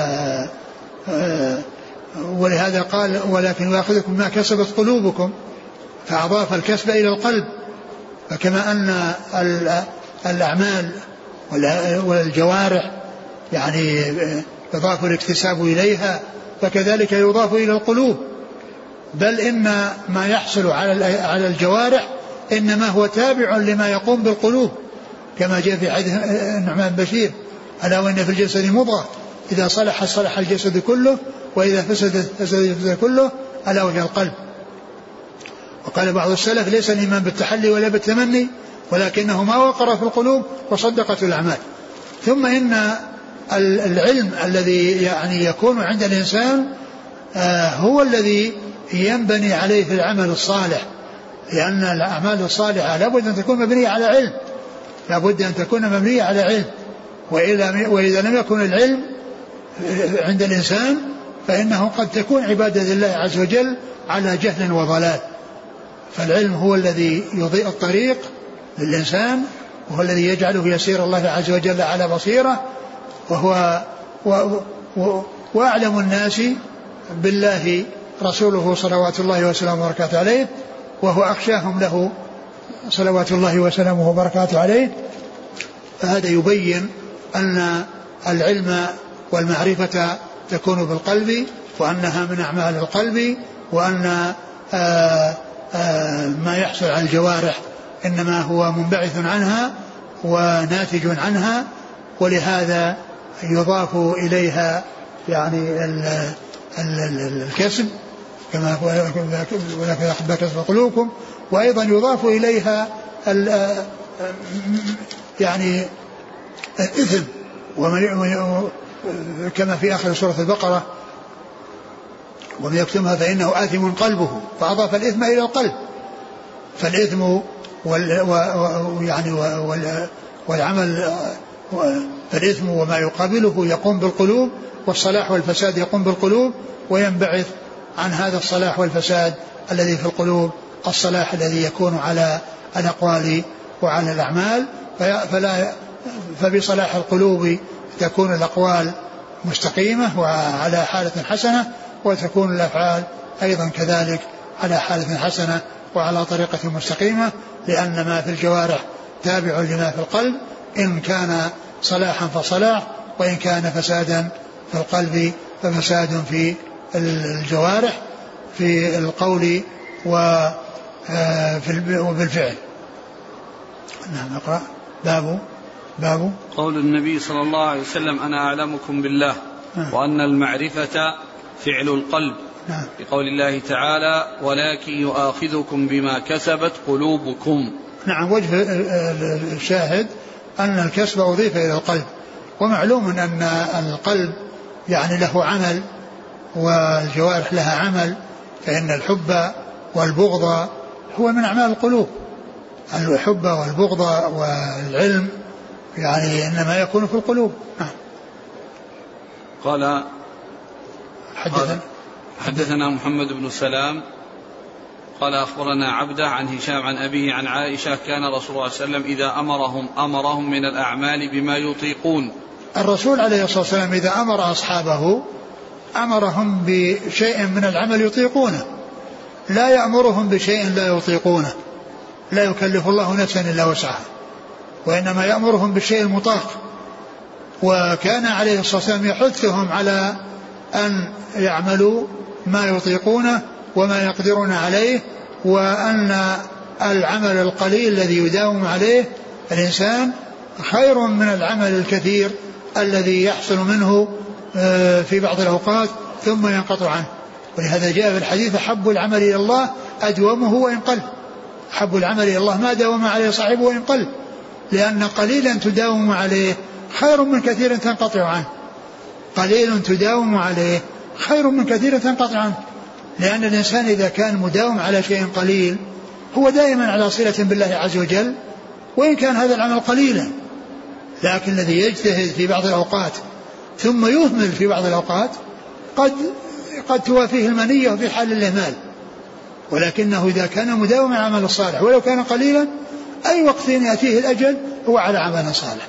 ولهذا قال ولكن يأخذكم ما كسبت قلوبكم، فأضاف الكسب إلى القلب. فكما أن الأعمال والجوارح يعني يضاف الاكتساب إليها، فكذلك يضاف إلى القلوب. بل إن ما يحصل على الجوارح إنما هو تابع لما يقوم بالقلوب، كما جاء في حديث النعمان بن بشير ألا وإن في الجسد مضغة إذا صلح صلح الجسد كله وإذا فسد فسد الجسد كله ألا وهي القلب. وقال بعض السلف ليس الإيمان بالتحلي ولا بالتمني، ولكنه ما وقر في القلوب وصدقت الأعمال. ثم إن العلم الذي يعني يكون عند الإنسان هو الذي ينبني عليه في العمل الصالح، لأن الأعمال الصالحة لابد أن تكون مبنية على علم، لابد أن تكون مبنية على علم. وإذا لم يكن العلم عند الإنسان فإنه قد تكون عبادة لله عز وجل على جهل وضلال. فالعلم هو الذي يضيء الطريق للإنسان، وهو الذي يجعله يسير الله عز وجل على بصيرة، وهو و و وأعلم الناس بالله رسوله صلوات الله وسلامه وبركاته عليه، وهو أخشاهم له صلوات الله وسلامه وبركاته عليه. فهذا يبين أن العلم والمعرفة تكون بالقلب، وأنها من أعمال القلب، وأن آآ آآ ما يحصل على الجوارح إنما هو منبعث عنها وناتج عنها، ولهذا يضاف إليها يعني ال ال الكسب كما ولكن يحب كسب قلوبكم، وأيضا يضاف إليها يعني الإثم، كما في آخر سورة البقرة ومن يكتمها فإنه آثم قلبه، فأضاف الإثم إلى القلب. فالإثم ويعني والعمل فالإثم وما يقابله يقوم بالقلوب، والصلاح والفساد يقوم بالقلوب، وينبعث عن هذا الصلاح والفساد الذي في القلوب الصلاح الذي يكون على الأقوال وعلى الأعمال. فلا فبصلاح القلوب تكون الأقوال مستقيمة وعلى حالة حسنة، وتكون الأفعال أيضا كذلك على حالة حسنة وعلى طريقة مستقيمة، لأن ما في الجوارح تابع لما في القلب، إن كان صلاحا فصلاح، وإن كان فسادا في القلب ففساد في الجوارح في القول وبالفعل. نعم. نقرأ باب باب قول النبي صلى الله عليه وسلم أنا أعلمكم بالله وأن المعرفة فعل القلب، بقول الله تعالى ولكن يؤاخذكم بما كسبت قلوبكم. نعم. وجه الشاهد أن الكسب أضيف إلى القلب، ومعلوم أن القلب يعني له عمل والجوارح لها عمل، فإن الحب والبغض هو من أعمال القلوب. الحب والبغض والعلم يعني إنما يكون في القلوب. قال حدثنا حدثنا محمد بن سلام قال أخبرنا عبده عن هشام عن أبيه عن عائشة كان رسول الله صلى الله عليه وسلم إذا أمرهم أمرهم من الأعمال بما يطيقون. الرسول عليه الصلاة والسلام إذا أمر أصحابه أمرهم بشيء من العمل يطيقونه، لا يأمرهم بشيء لا يطيقونه، لا يكلف الله نفسا إلا وسعها، وإنما يأمرهم بالشيء المطاق. وكان عليه الصلاة والسلام يحثهم على أن يعملوا ما يطيقونه وما يقدرون عليه، وأن العمل القليل الذي يداوم عليه الإنسان خير من العمل الكثير الذي يحصل منه في بعض الأوقات ثم ينقطع عنه. ولهذا جاء في الحديث أحب العمل إلى الله أدومه وإن قل، أحب العمل إلى الله ما داوم عليه صاحبه وإن قل، لأن قليلا تداوم عليه خير من كثير تنقطع عنه، قليل تداوم عليه خير من كثير تنقطع عنه، لأن الإنسان إذا كان مداوم على شيء قليل هو دائما على صلة بالله عز وجل وإن كان هذا العمل قليلا، لكن الذي يجتهد في بعض الأوقات ثم يهمل في بعض الأوقات قد قد توافيه المنية في حال الإهمال، ولكنه إذا كان مداوما على العمل الصالح ولو كان قليلا أي وقت يأتيه الأجل هو على عمل صالح،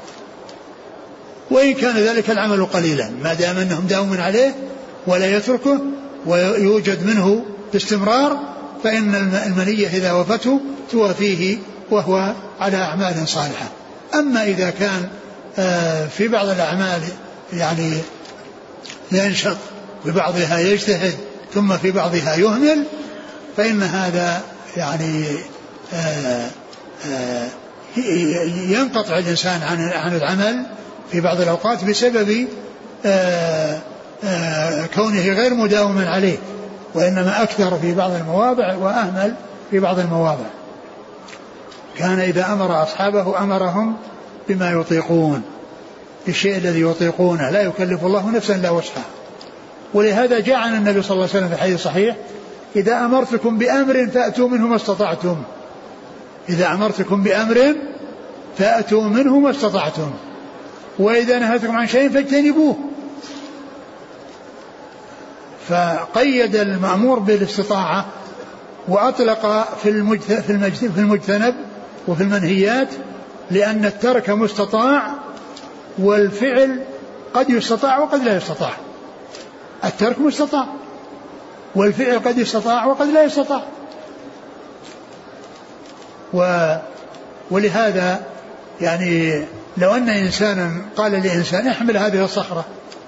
وإن كان ذلك العمل قليلا ما دام أنهم داومون عليه ولا يتركه ويوجد منه باستمرار، فإن المنية إذا وفته توافيه وهو على أعمال صالحة. أما إذا كان في بعض الأعمال يعني ينشط ببعضها يجتهد ثم في بعضها يهمل، فإن هذا يعني آآ آآ ينقطع الإنسان عن عن العمل في بعض الأوقات بسبب آآ آآ كونه غير مداوم عليه، وإنما أكثر في بعض المواضع وأهمل في بعض المواضع. كان إذا أمر أصحابه أمرهم بما يطيقون، الشيء الذي يطيقونه، لا يكلف الله نفسا إلا وسعها. ولهذا جاء عن النبي صلى الله عليه وسلم في حديث صحيح إذا أمرتكم بأمر فأتوا منه ما استطعتم، إذا أمرتكم بأمر فأتوا منه ما استطعتم، وإذا نهيتكم عن شيء فاجتنبوه. فقيد المأمور بالاستطاعة وأطلق في في المجتنب وفي المنهيات، لأن الترك مستطاع والفعل قد يستطاع وقد لا يستطاع. الترك مستطاع والفعل قد يستطاع وقد لا يستطاع. و ولهذا يعني لو أن إنسانا قال لإنسان احمل هذه الصخرة،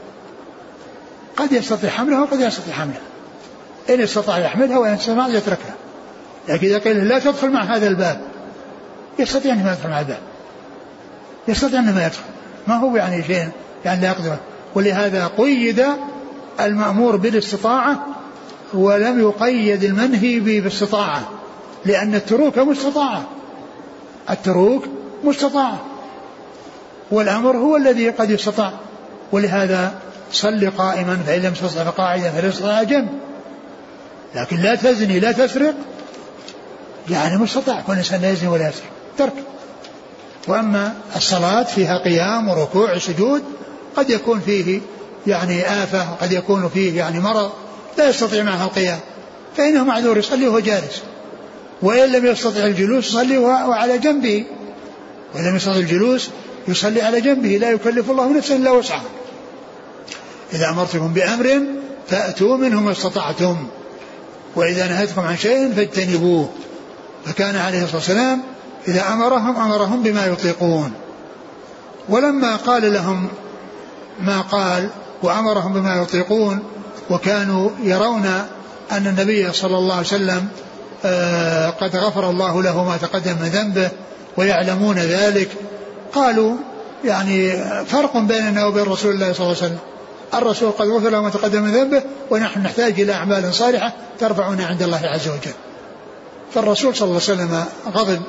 قد يستطيع حملها وقد يستطيع حملها، إن استطاع يحملها وإن استطاع يتركها. لكن إذا قال لا تدخل مع هذا الباب يستطيع أن ما يدخل مع الباب، يستطيع أن ما يدخل، ما هو يعني شيء يعني لا يقدر. ولهذا قيد المأمور بالاستطاعة ولم يقيد المنهي بالاستطاعة، لأن التروك مستطاعة، التروك مستطاعة والأمر هو الذي قد يستطاع. ولهذا صل قائما فإن لم تستطع فقاعدا فلا تستطع جنب. لكن لا تزني لا تسرق يعني مستطاع، كل إنسان لا يزني ولا يسرق، ترك. وأما الصلاة فيها قيام وركوع وسجود قد يكون فيه يعني آفة، قد يكون فيه يعني مرض لا يستطيع معها القيام، فإنه معذور يصلي وهو جالس، وإن لم يستطع الجلوس يصلي وعلى جنبه، وإن لم يستطع الجلوس يصلي على جنبه، لا يكلف الله نفسا إلا وسعها. إذا أمرتكم بأمر فأتوا منه ما استطعتم وإذا نهيتكم عن شيء فاجتنبوه. فكان عليه الصلاة والسلام إذا أمرهم أمرهم بما يطيقون. ولما قال لهم ما قال وأمرهم بما يطيقون وكانوا يرون أن النبي صلى الله عليه وسلم آه قد غفر الله له ما تقدم من ذنبه ويعلمون ذلك، قالوا يعني فرق بيننا وبين رسول الله صلى الله عليه وسلم، الرسول قد غفر له ما تقدم من ذنبه ونحن نحتاج إلى أعمال صالحة ترفعنا عند الله عز وجل. فالرسول صلى الله عليه وسلم غضب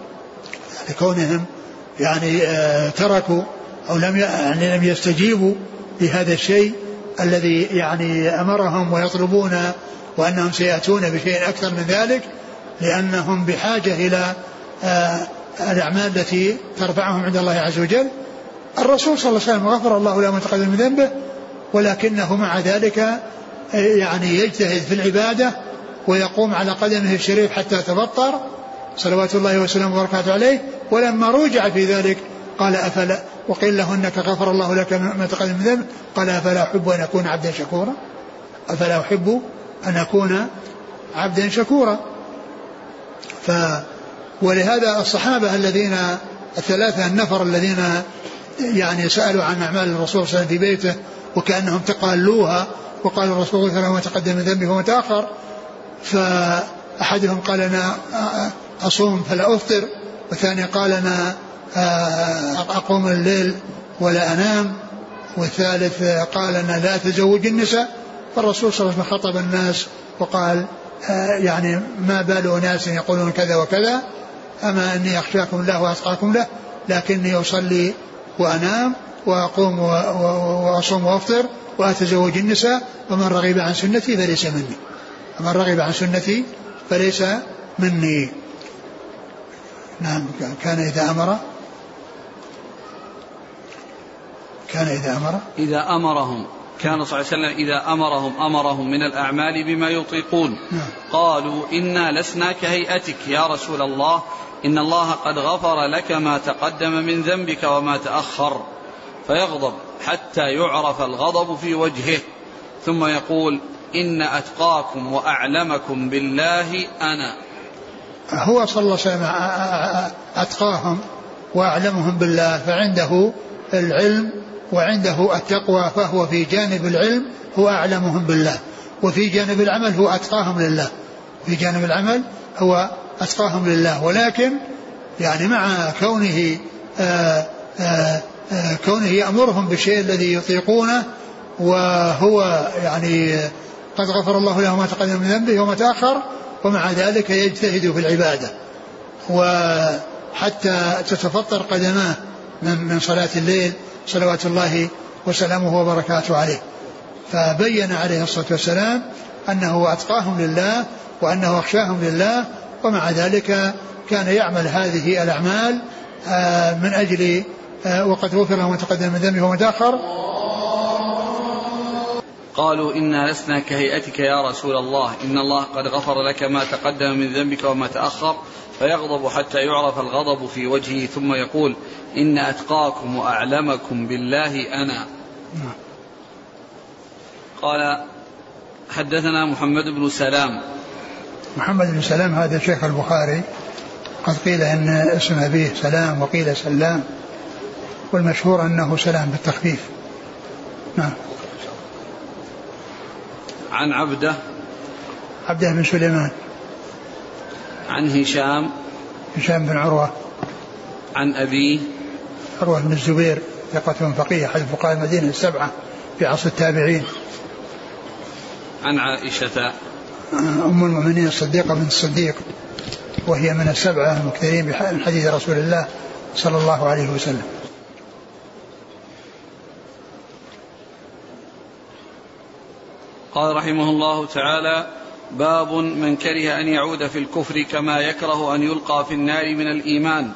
لكونهم يعني آه تركوا أو لم يعني لم يستجيبوا لهذا الشيء الذي يعني أمرهم ويطلبون، وأنهم سيأتون بشيء أكثر من ذلك، لأنهم بحاجة إلى آه الأعمال التي ترفعهم عند الله عز وجل. الرسول صلى الله عليه وسلم غفر الله له ما تقدم من ذنبه، ولكنه مع ذلك يعني يجتهد في العبادة ويقوم على قدمه الشريف حتى تبطر صلوات الله وسلامه وبركاته عليه. ولما رجع في ذلك قال أفلا وقيل له إنك غفر الله لك ما تقدم من ذنب قال أفلا أحب أن أكون عبدا شكورا أفلا أحب أن أكون عبدا شكورا. ف ولهذا الصحابة الذين الثلاثة النفر الذين يعني سألوا عن أعمال الرسول صلى الله عليه وسلم في بيته وكأنهم تقالوها وقال الرسول صلى الله عليه وسلم ما تقدم من ذنبه وما تأخر، فأحدهم قال أنا أصوم فلا أفطر، والثاني قال أنا أقوم الليل ولا أنام، والثالث قال أنا لا أتزوج النساء. فالرسول صلى الله عليه وسلم خطب الناس وقال يعني ما بال أناس يقولون كذا وكذا، أما أني أخشاكم الله وأتقاكم له، لكني أصلي وأنام وأقوم وأصوم وأفطر وأتزوج النساء، ومن رغب عن سنتي فليس مني ومن رغب عن سنتي فليس مني. نعم. كان إذا أمر كان إذا أمر إذا أمرهم كان صلى الله عليه وسلم إذا أمرهم أمرهم من الأعمال بما يطيقون. نعم. قالوا إنا لسنا كهيئتك يا رسول الله، إن الله قد غفر لك ما تقدم من ذنبك وما تأخر، فيغضب حتى يعرف الغضب في وجهه، ثم يقول إن أتقاكم وأعلمكم بالله أنا. هو صلى الله عليه وسلم أتقاهم وأعلمهم بالله، فعنده العلم وعنده التقوى، فهو في جانب العلم هو أعلمهم بالله، وفي جانب العمل هو أتقاهم لله، في جانب العمل هو أتقاهم لله. ولكن يعني مع كونه آآ آآ آآ كونه يأمرهم بالشيء الذي يطيقونه، وهو يعني قد غفر الله له ما تقدم من ذنبه وما تأخر، ومع ذلك يجتهد في العبادة وحتى تتفطر قدماه من صلاة الليل صلوات الله وسلامه وبركاته عليه. فبين عليه الصلاة والسلام أنه أتقاهم لله وأنه أخشاهم لله، ومع ذلك كان يعمل هذه الأعمال من أجل وقد غفر له ما تقدم من ذنبه وما تأخر. قالوا إنا لسنا كهيئتك يا رسول الله، إن الله قد غفر لك ما تقدم من ذنبك وما تأخر، فيغضب حتى يعرف الغضب في وجهه، ثم يقول إن أتقاكم وأعلمكم بالله أنا. قال حدثنا محمد بن سلام. محمد بن سلام هذا شيخ البخاري، قد قيل إن اسم أبيه سلام وقيل سلام، والمشهور أنه سلام بالتخفيف. نعم. عن عبده عبده بن سليمان. عن هشام هشام بن عروة. عن أبيه عروة بن الزبير ثقة فقيه أحد فقهاء المدينة السبعة في عصر التابعين. عن عائشة أم المؤمنين الصديقة بنت الصديق، وهي من السبعة المكثرين من حديث رسول الله صلى الله عليه وسلم. قال رحمه الله تعالى: باب من كره أن يعود في الكفر كما يكره أن يلقى في النار من الإيمان.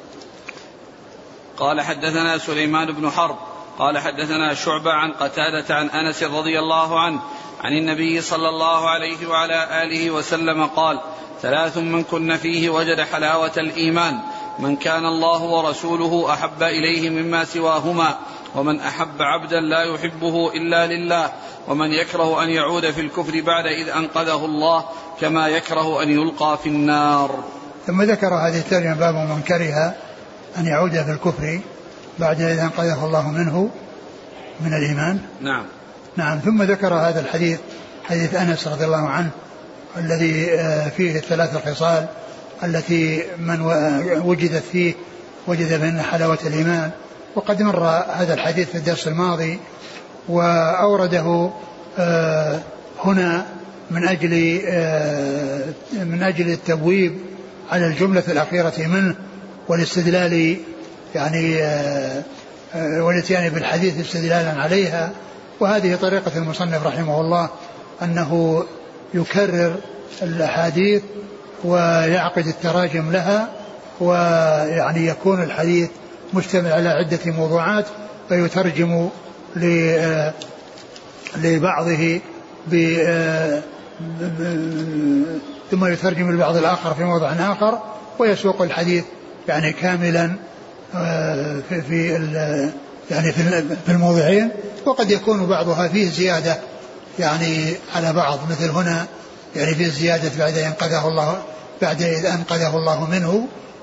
قال حدثنا سليمان بن حرب قال حدثنا شعبة عن قتادة عن أنس رضي الله عنه عن النبي صلى الله عليه وعلى آله وسلم قال: ثلاث من كن فيه وجد حلاوة الإيمان: من كان الله ورسوله أحب إليه مما سواهما، ومن أحب عبدا لا يحبه إلا لله، ومن يكره أن يعود في الكفر بعد إذ أنقذه الله كما يكره أن يلقى في النار. ثم ذكر هذه الترجمة: باب من كره أن يعود في الكفر بعد إذ أنقذه الله منه من الإيمان. نعم نعم. ثم ذكر هذا الحديث، حديث أنس رضي الله عنه، الذي فيه الثلاث الخصال التي من وجدت فيه وجد بأن حلاوة الإيمان. وقد مر هذا الحديث في الدرس الماضي، وأورده هنا من أجل من أجل التبويب على الجملة الأخيرة منه، والاستدلال يعني والاتيان بالحديث استدلالا عليها. وهذه طريقة المصنف رحمه الله، أنه يكرر الأحاديث ويعقد التراجم لها، ويعني يكون الحديث مشتمل على عدة موضوعات، فيترجم لبعضه ثم يترجم البعض الآخر في موضع آخر ويسوق الحديث يعني كاملا في في يعني في الموضعين. وقد يكون بعضها فيه زيادة يعني على بعض، مثل هنا يعني فيه زيادة بعد أنقذه الله بعد إذ أنقذه الله منه.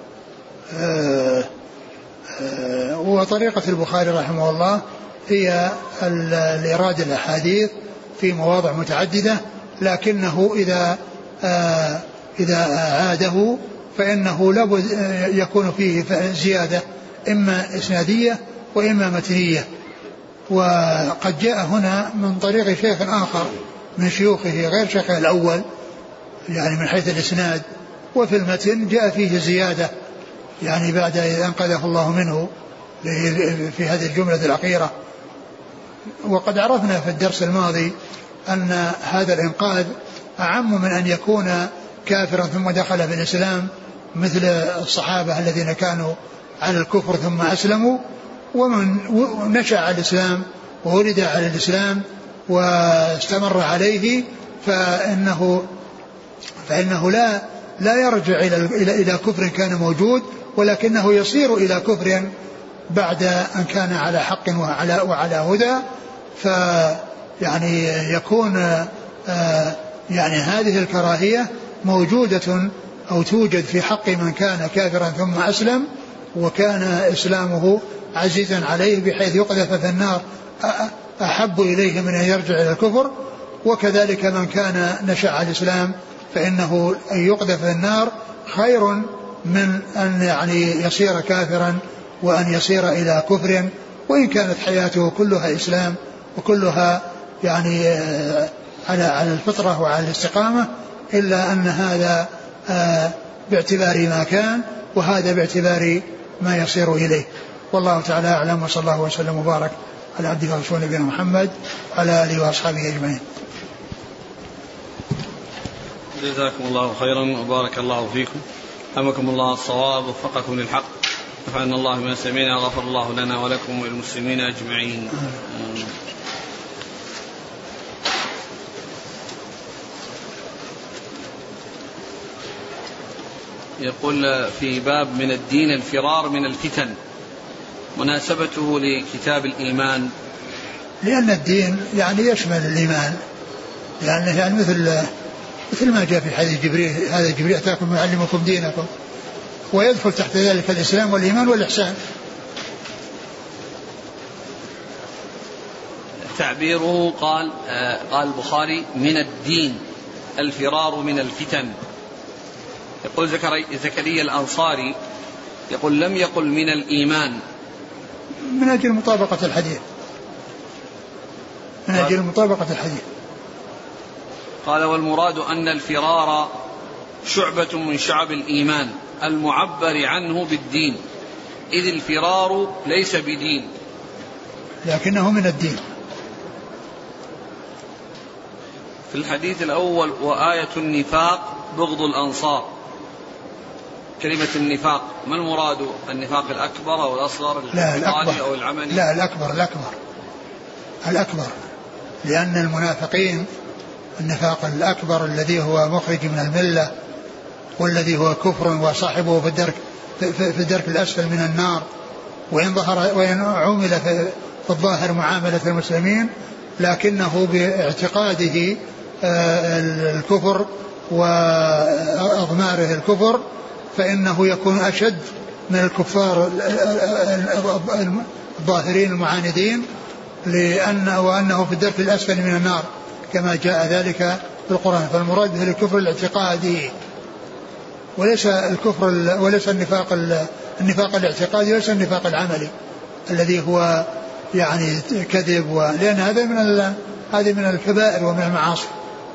وطريقة البخاري رحمه الله هي الإرادة الأحاديث في مواضع متعددة، لكنه إذا إذا عاده فإنه لابد يكون فيه زيادة إما إسنادية وإما متنية. وقد جاء هنا من طريق شيخ آخر من شيوخه غير شيخه الأول يعني من حيث الإسناد، وفي المتن جاء فيه زيادة يعني بعد إذا أنقذه الله منه في هذه الجملة الأخيرة. وقد عرفنا في الدرس الماضي أن هذا الإنقاذ أعم من أن يكون كافرا ثم دخل في الإسلام مثل الصحابة الذين كانوا على الكفر ثم أسلموا، ومن نشأ على الإسلام وولد على الإسلام واستمر عليه فإنه فإنه لا لا يرجع إلى إلى إلى كفر كان موجود، ولكنه يصير إلى كفر بعد أن كان على حق وعلى وعلى هدى. فيعني يكون يعني هذه الكراهية موجودة أو توجد في حق من كان كافرا ثم أسلم وكان إسلامه عزيزا عليه بحيث يقذف في النار أحب إليه من أن يرجع إلى الكفر. وكذلك من كان نشأ على الإسلام فإنه أن يقذف في النار خير من أن يعني يصير كافرا وأن يصير إلى كفر، وإن كانت حياته كلها إسلام وكلها يعني على على الفطرة وعلى الاستقامة، إلا أن هذا باعتبار ما كان وهذا باعتبار ما يصير إليه. والله تعالى أعلم، وصلى الله وسلم وبارك على عبده ورسوله نبينا محمد وعلى آله وأصحابه أجمعين. جزاكم الله خيرا وبارك الله فيكم، أمكم الله الصواب ووفقكم للحق، نفعنا الله بما سمعنا، غفر الله لنا ولكم وللمسلمين أجمعين. يقول في باب من الدين الفرار من الفتن، مناسبته لكتاب الإيمان. لأن الدين يعني يشمل الإيمان، يعني, يعني مثل مثل ما جاء في حديث جبريل، هذا جبريل أتاكم يعلمكم دينكم، ويدخل تحت ذلك الإسلام والإيمان والإحسان. تعبيره قال آه قال البخاري من الدين الفرار من الفتن. يقول زكريا الأنصاري يقول لم يقل من الإيمان من أجل مطابقة الحديث، من أجل مطابقة الحديث. قال والمراد أن الفرار شعبة من شعب الإيمان المعبر عنه بالدين، إذ الفرار ليس بدين لكنه من الدين. في الحديث الأول وآية النفاق بغض الأنصار، كلمة النفاق ما المراد؟ النفاق الأكبر أو الأصغر، الاعتقادي أو العملي؟ لا الأكبر الأكبر الأكبر لأن المنافقين النفاق الأكبر الذي هو مخرج من الملة والذي هو كفر وصاحبه في الدرك في الدرك الأسفل من النار، وإن ظهر وإن عمل في الظاهر معاملة المسلمين لكنه باعتقاده الكفر وأضماره الكفر فإنه يكون أشد من الكفار الظاهرين المعاندين، لأن وأنه في الدرك الأسفل من النار كما جاء ذلك في القرآن. فالمراد به الكفر الاعتقادي وليس الكفر وليس النفاق النفاق الاعتقادي وليس النفاق العملي الذي هو يعني كذب، لأن هذا من هذه من الكبائر ومن المعاصي.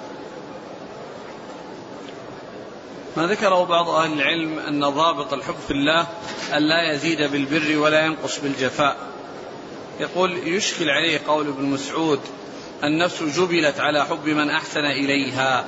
ما ذكره بعض أهل العلم أن ضابط الحب في الله أن لا يزيد بالبر ولا ينقص بالجفاء. يقول يشكل عليه قول ابن مسعود النفس جبلت على حب من أحسن إليها.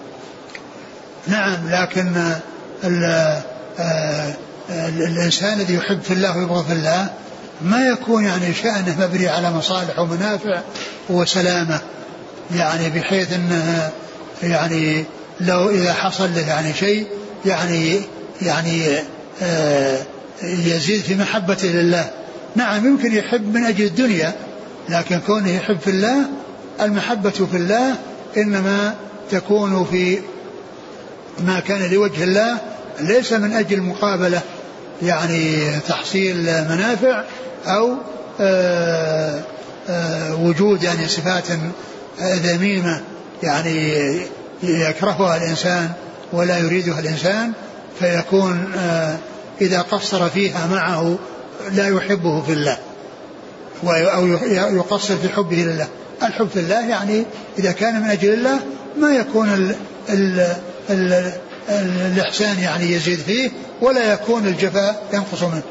نعم، لكن ال ال الإنسان الذي يحب في الله ويبغض في الله ما يكون يعني شأنه مبني على مصالح ومنافع وسلامة، يعني بحيث أنه يعني لو إذا حصل له يعني شيء يعني يعني آه يزيد في محبته لله. نعم يمكن يحب من أجل الدنيا، لكن كونه يحب في الله، المحبة في الله إنما تكون في ما كان لوجه الله، ليس من أجل مقابلة يعني تحصيل منافع أو آآ آآ وجود يعني صفات ذميمة يعني يكرهها الإنسان ولا يريدها الإنسان، فيكون إذا قصر فيها معه لا يحبه في الله أو يقصر في حبه لله. الحب في الله يعني إذا كان من أجل الله ما يكون ال ال ال الإحسان يعني يزيد فيه ولا يكون الجفاء ينقص منه.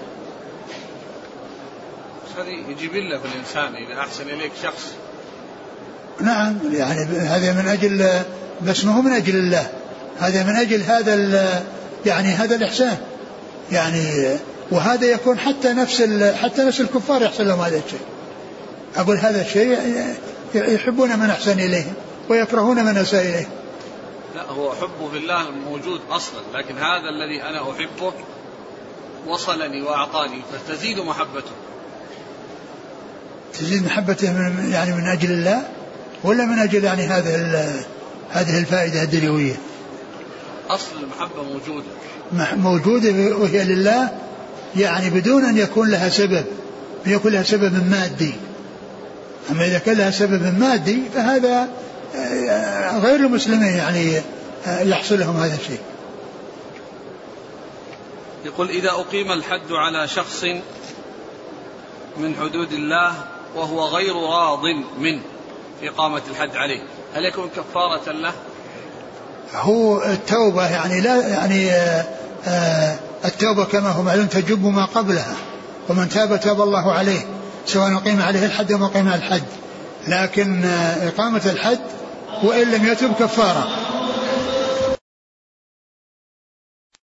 هذه جبلة في الإنسان إذا أحسن إليك شخص. نعم يعني هذا من أجل، بس ما هو من أجل الله، هذا من أجل هذا يعني هذا الإحسان يعني، وهذا يكون حتى نفس حتى نفس الكفار يحصل لهم هذا الشيء. أقول هذا الشيء يحبون من أحسن إليهم ويكرهون من أساء إليهم. لا هو حبه في الله موجود أصلا، لكن هذا الذي أنا أحبه وصلني وأعطاني فتزيد محبته. تزيد محبته من يعني من أجل الله ولا من أجل يعني هذه هذه الفائدة الدنيوية؟ أصل المحبة موجودة موجودة وهي لله يعني بدون أن يكون لها سبب، يكون لها سبب مادي. أما إذا كان لها سبب مادي فهذا غير المسلمين يعني يحصل لهم هذا الشيء. يقول إذا أقيم الحد على شخص من حدود الله وهو غير راض منه في إقامة الحد عليه، هل يكون كفارة له؟ هو التوبة يعني لا يعني آآ آآ التوبة كما هو معلوم تجب ما قبلها، ومن تاب تاب الله عليه سواء أقيم عليه الحد أو ما أقيم الحد. لكن إقامة الحد وإن لم يتب كفارة.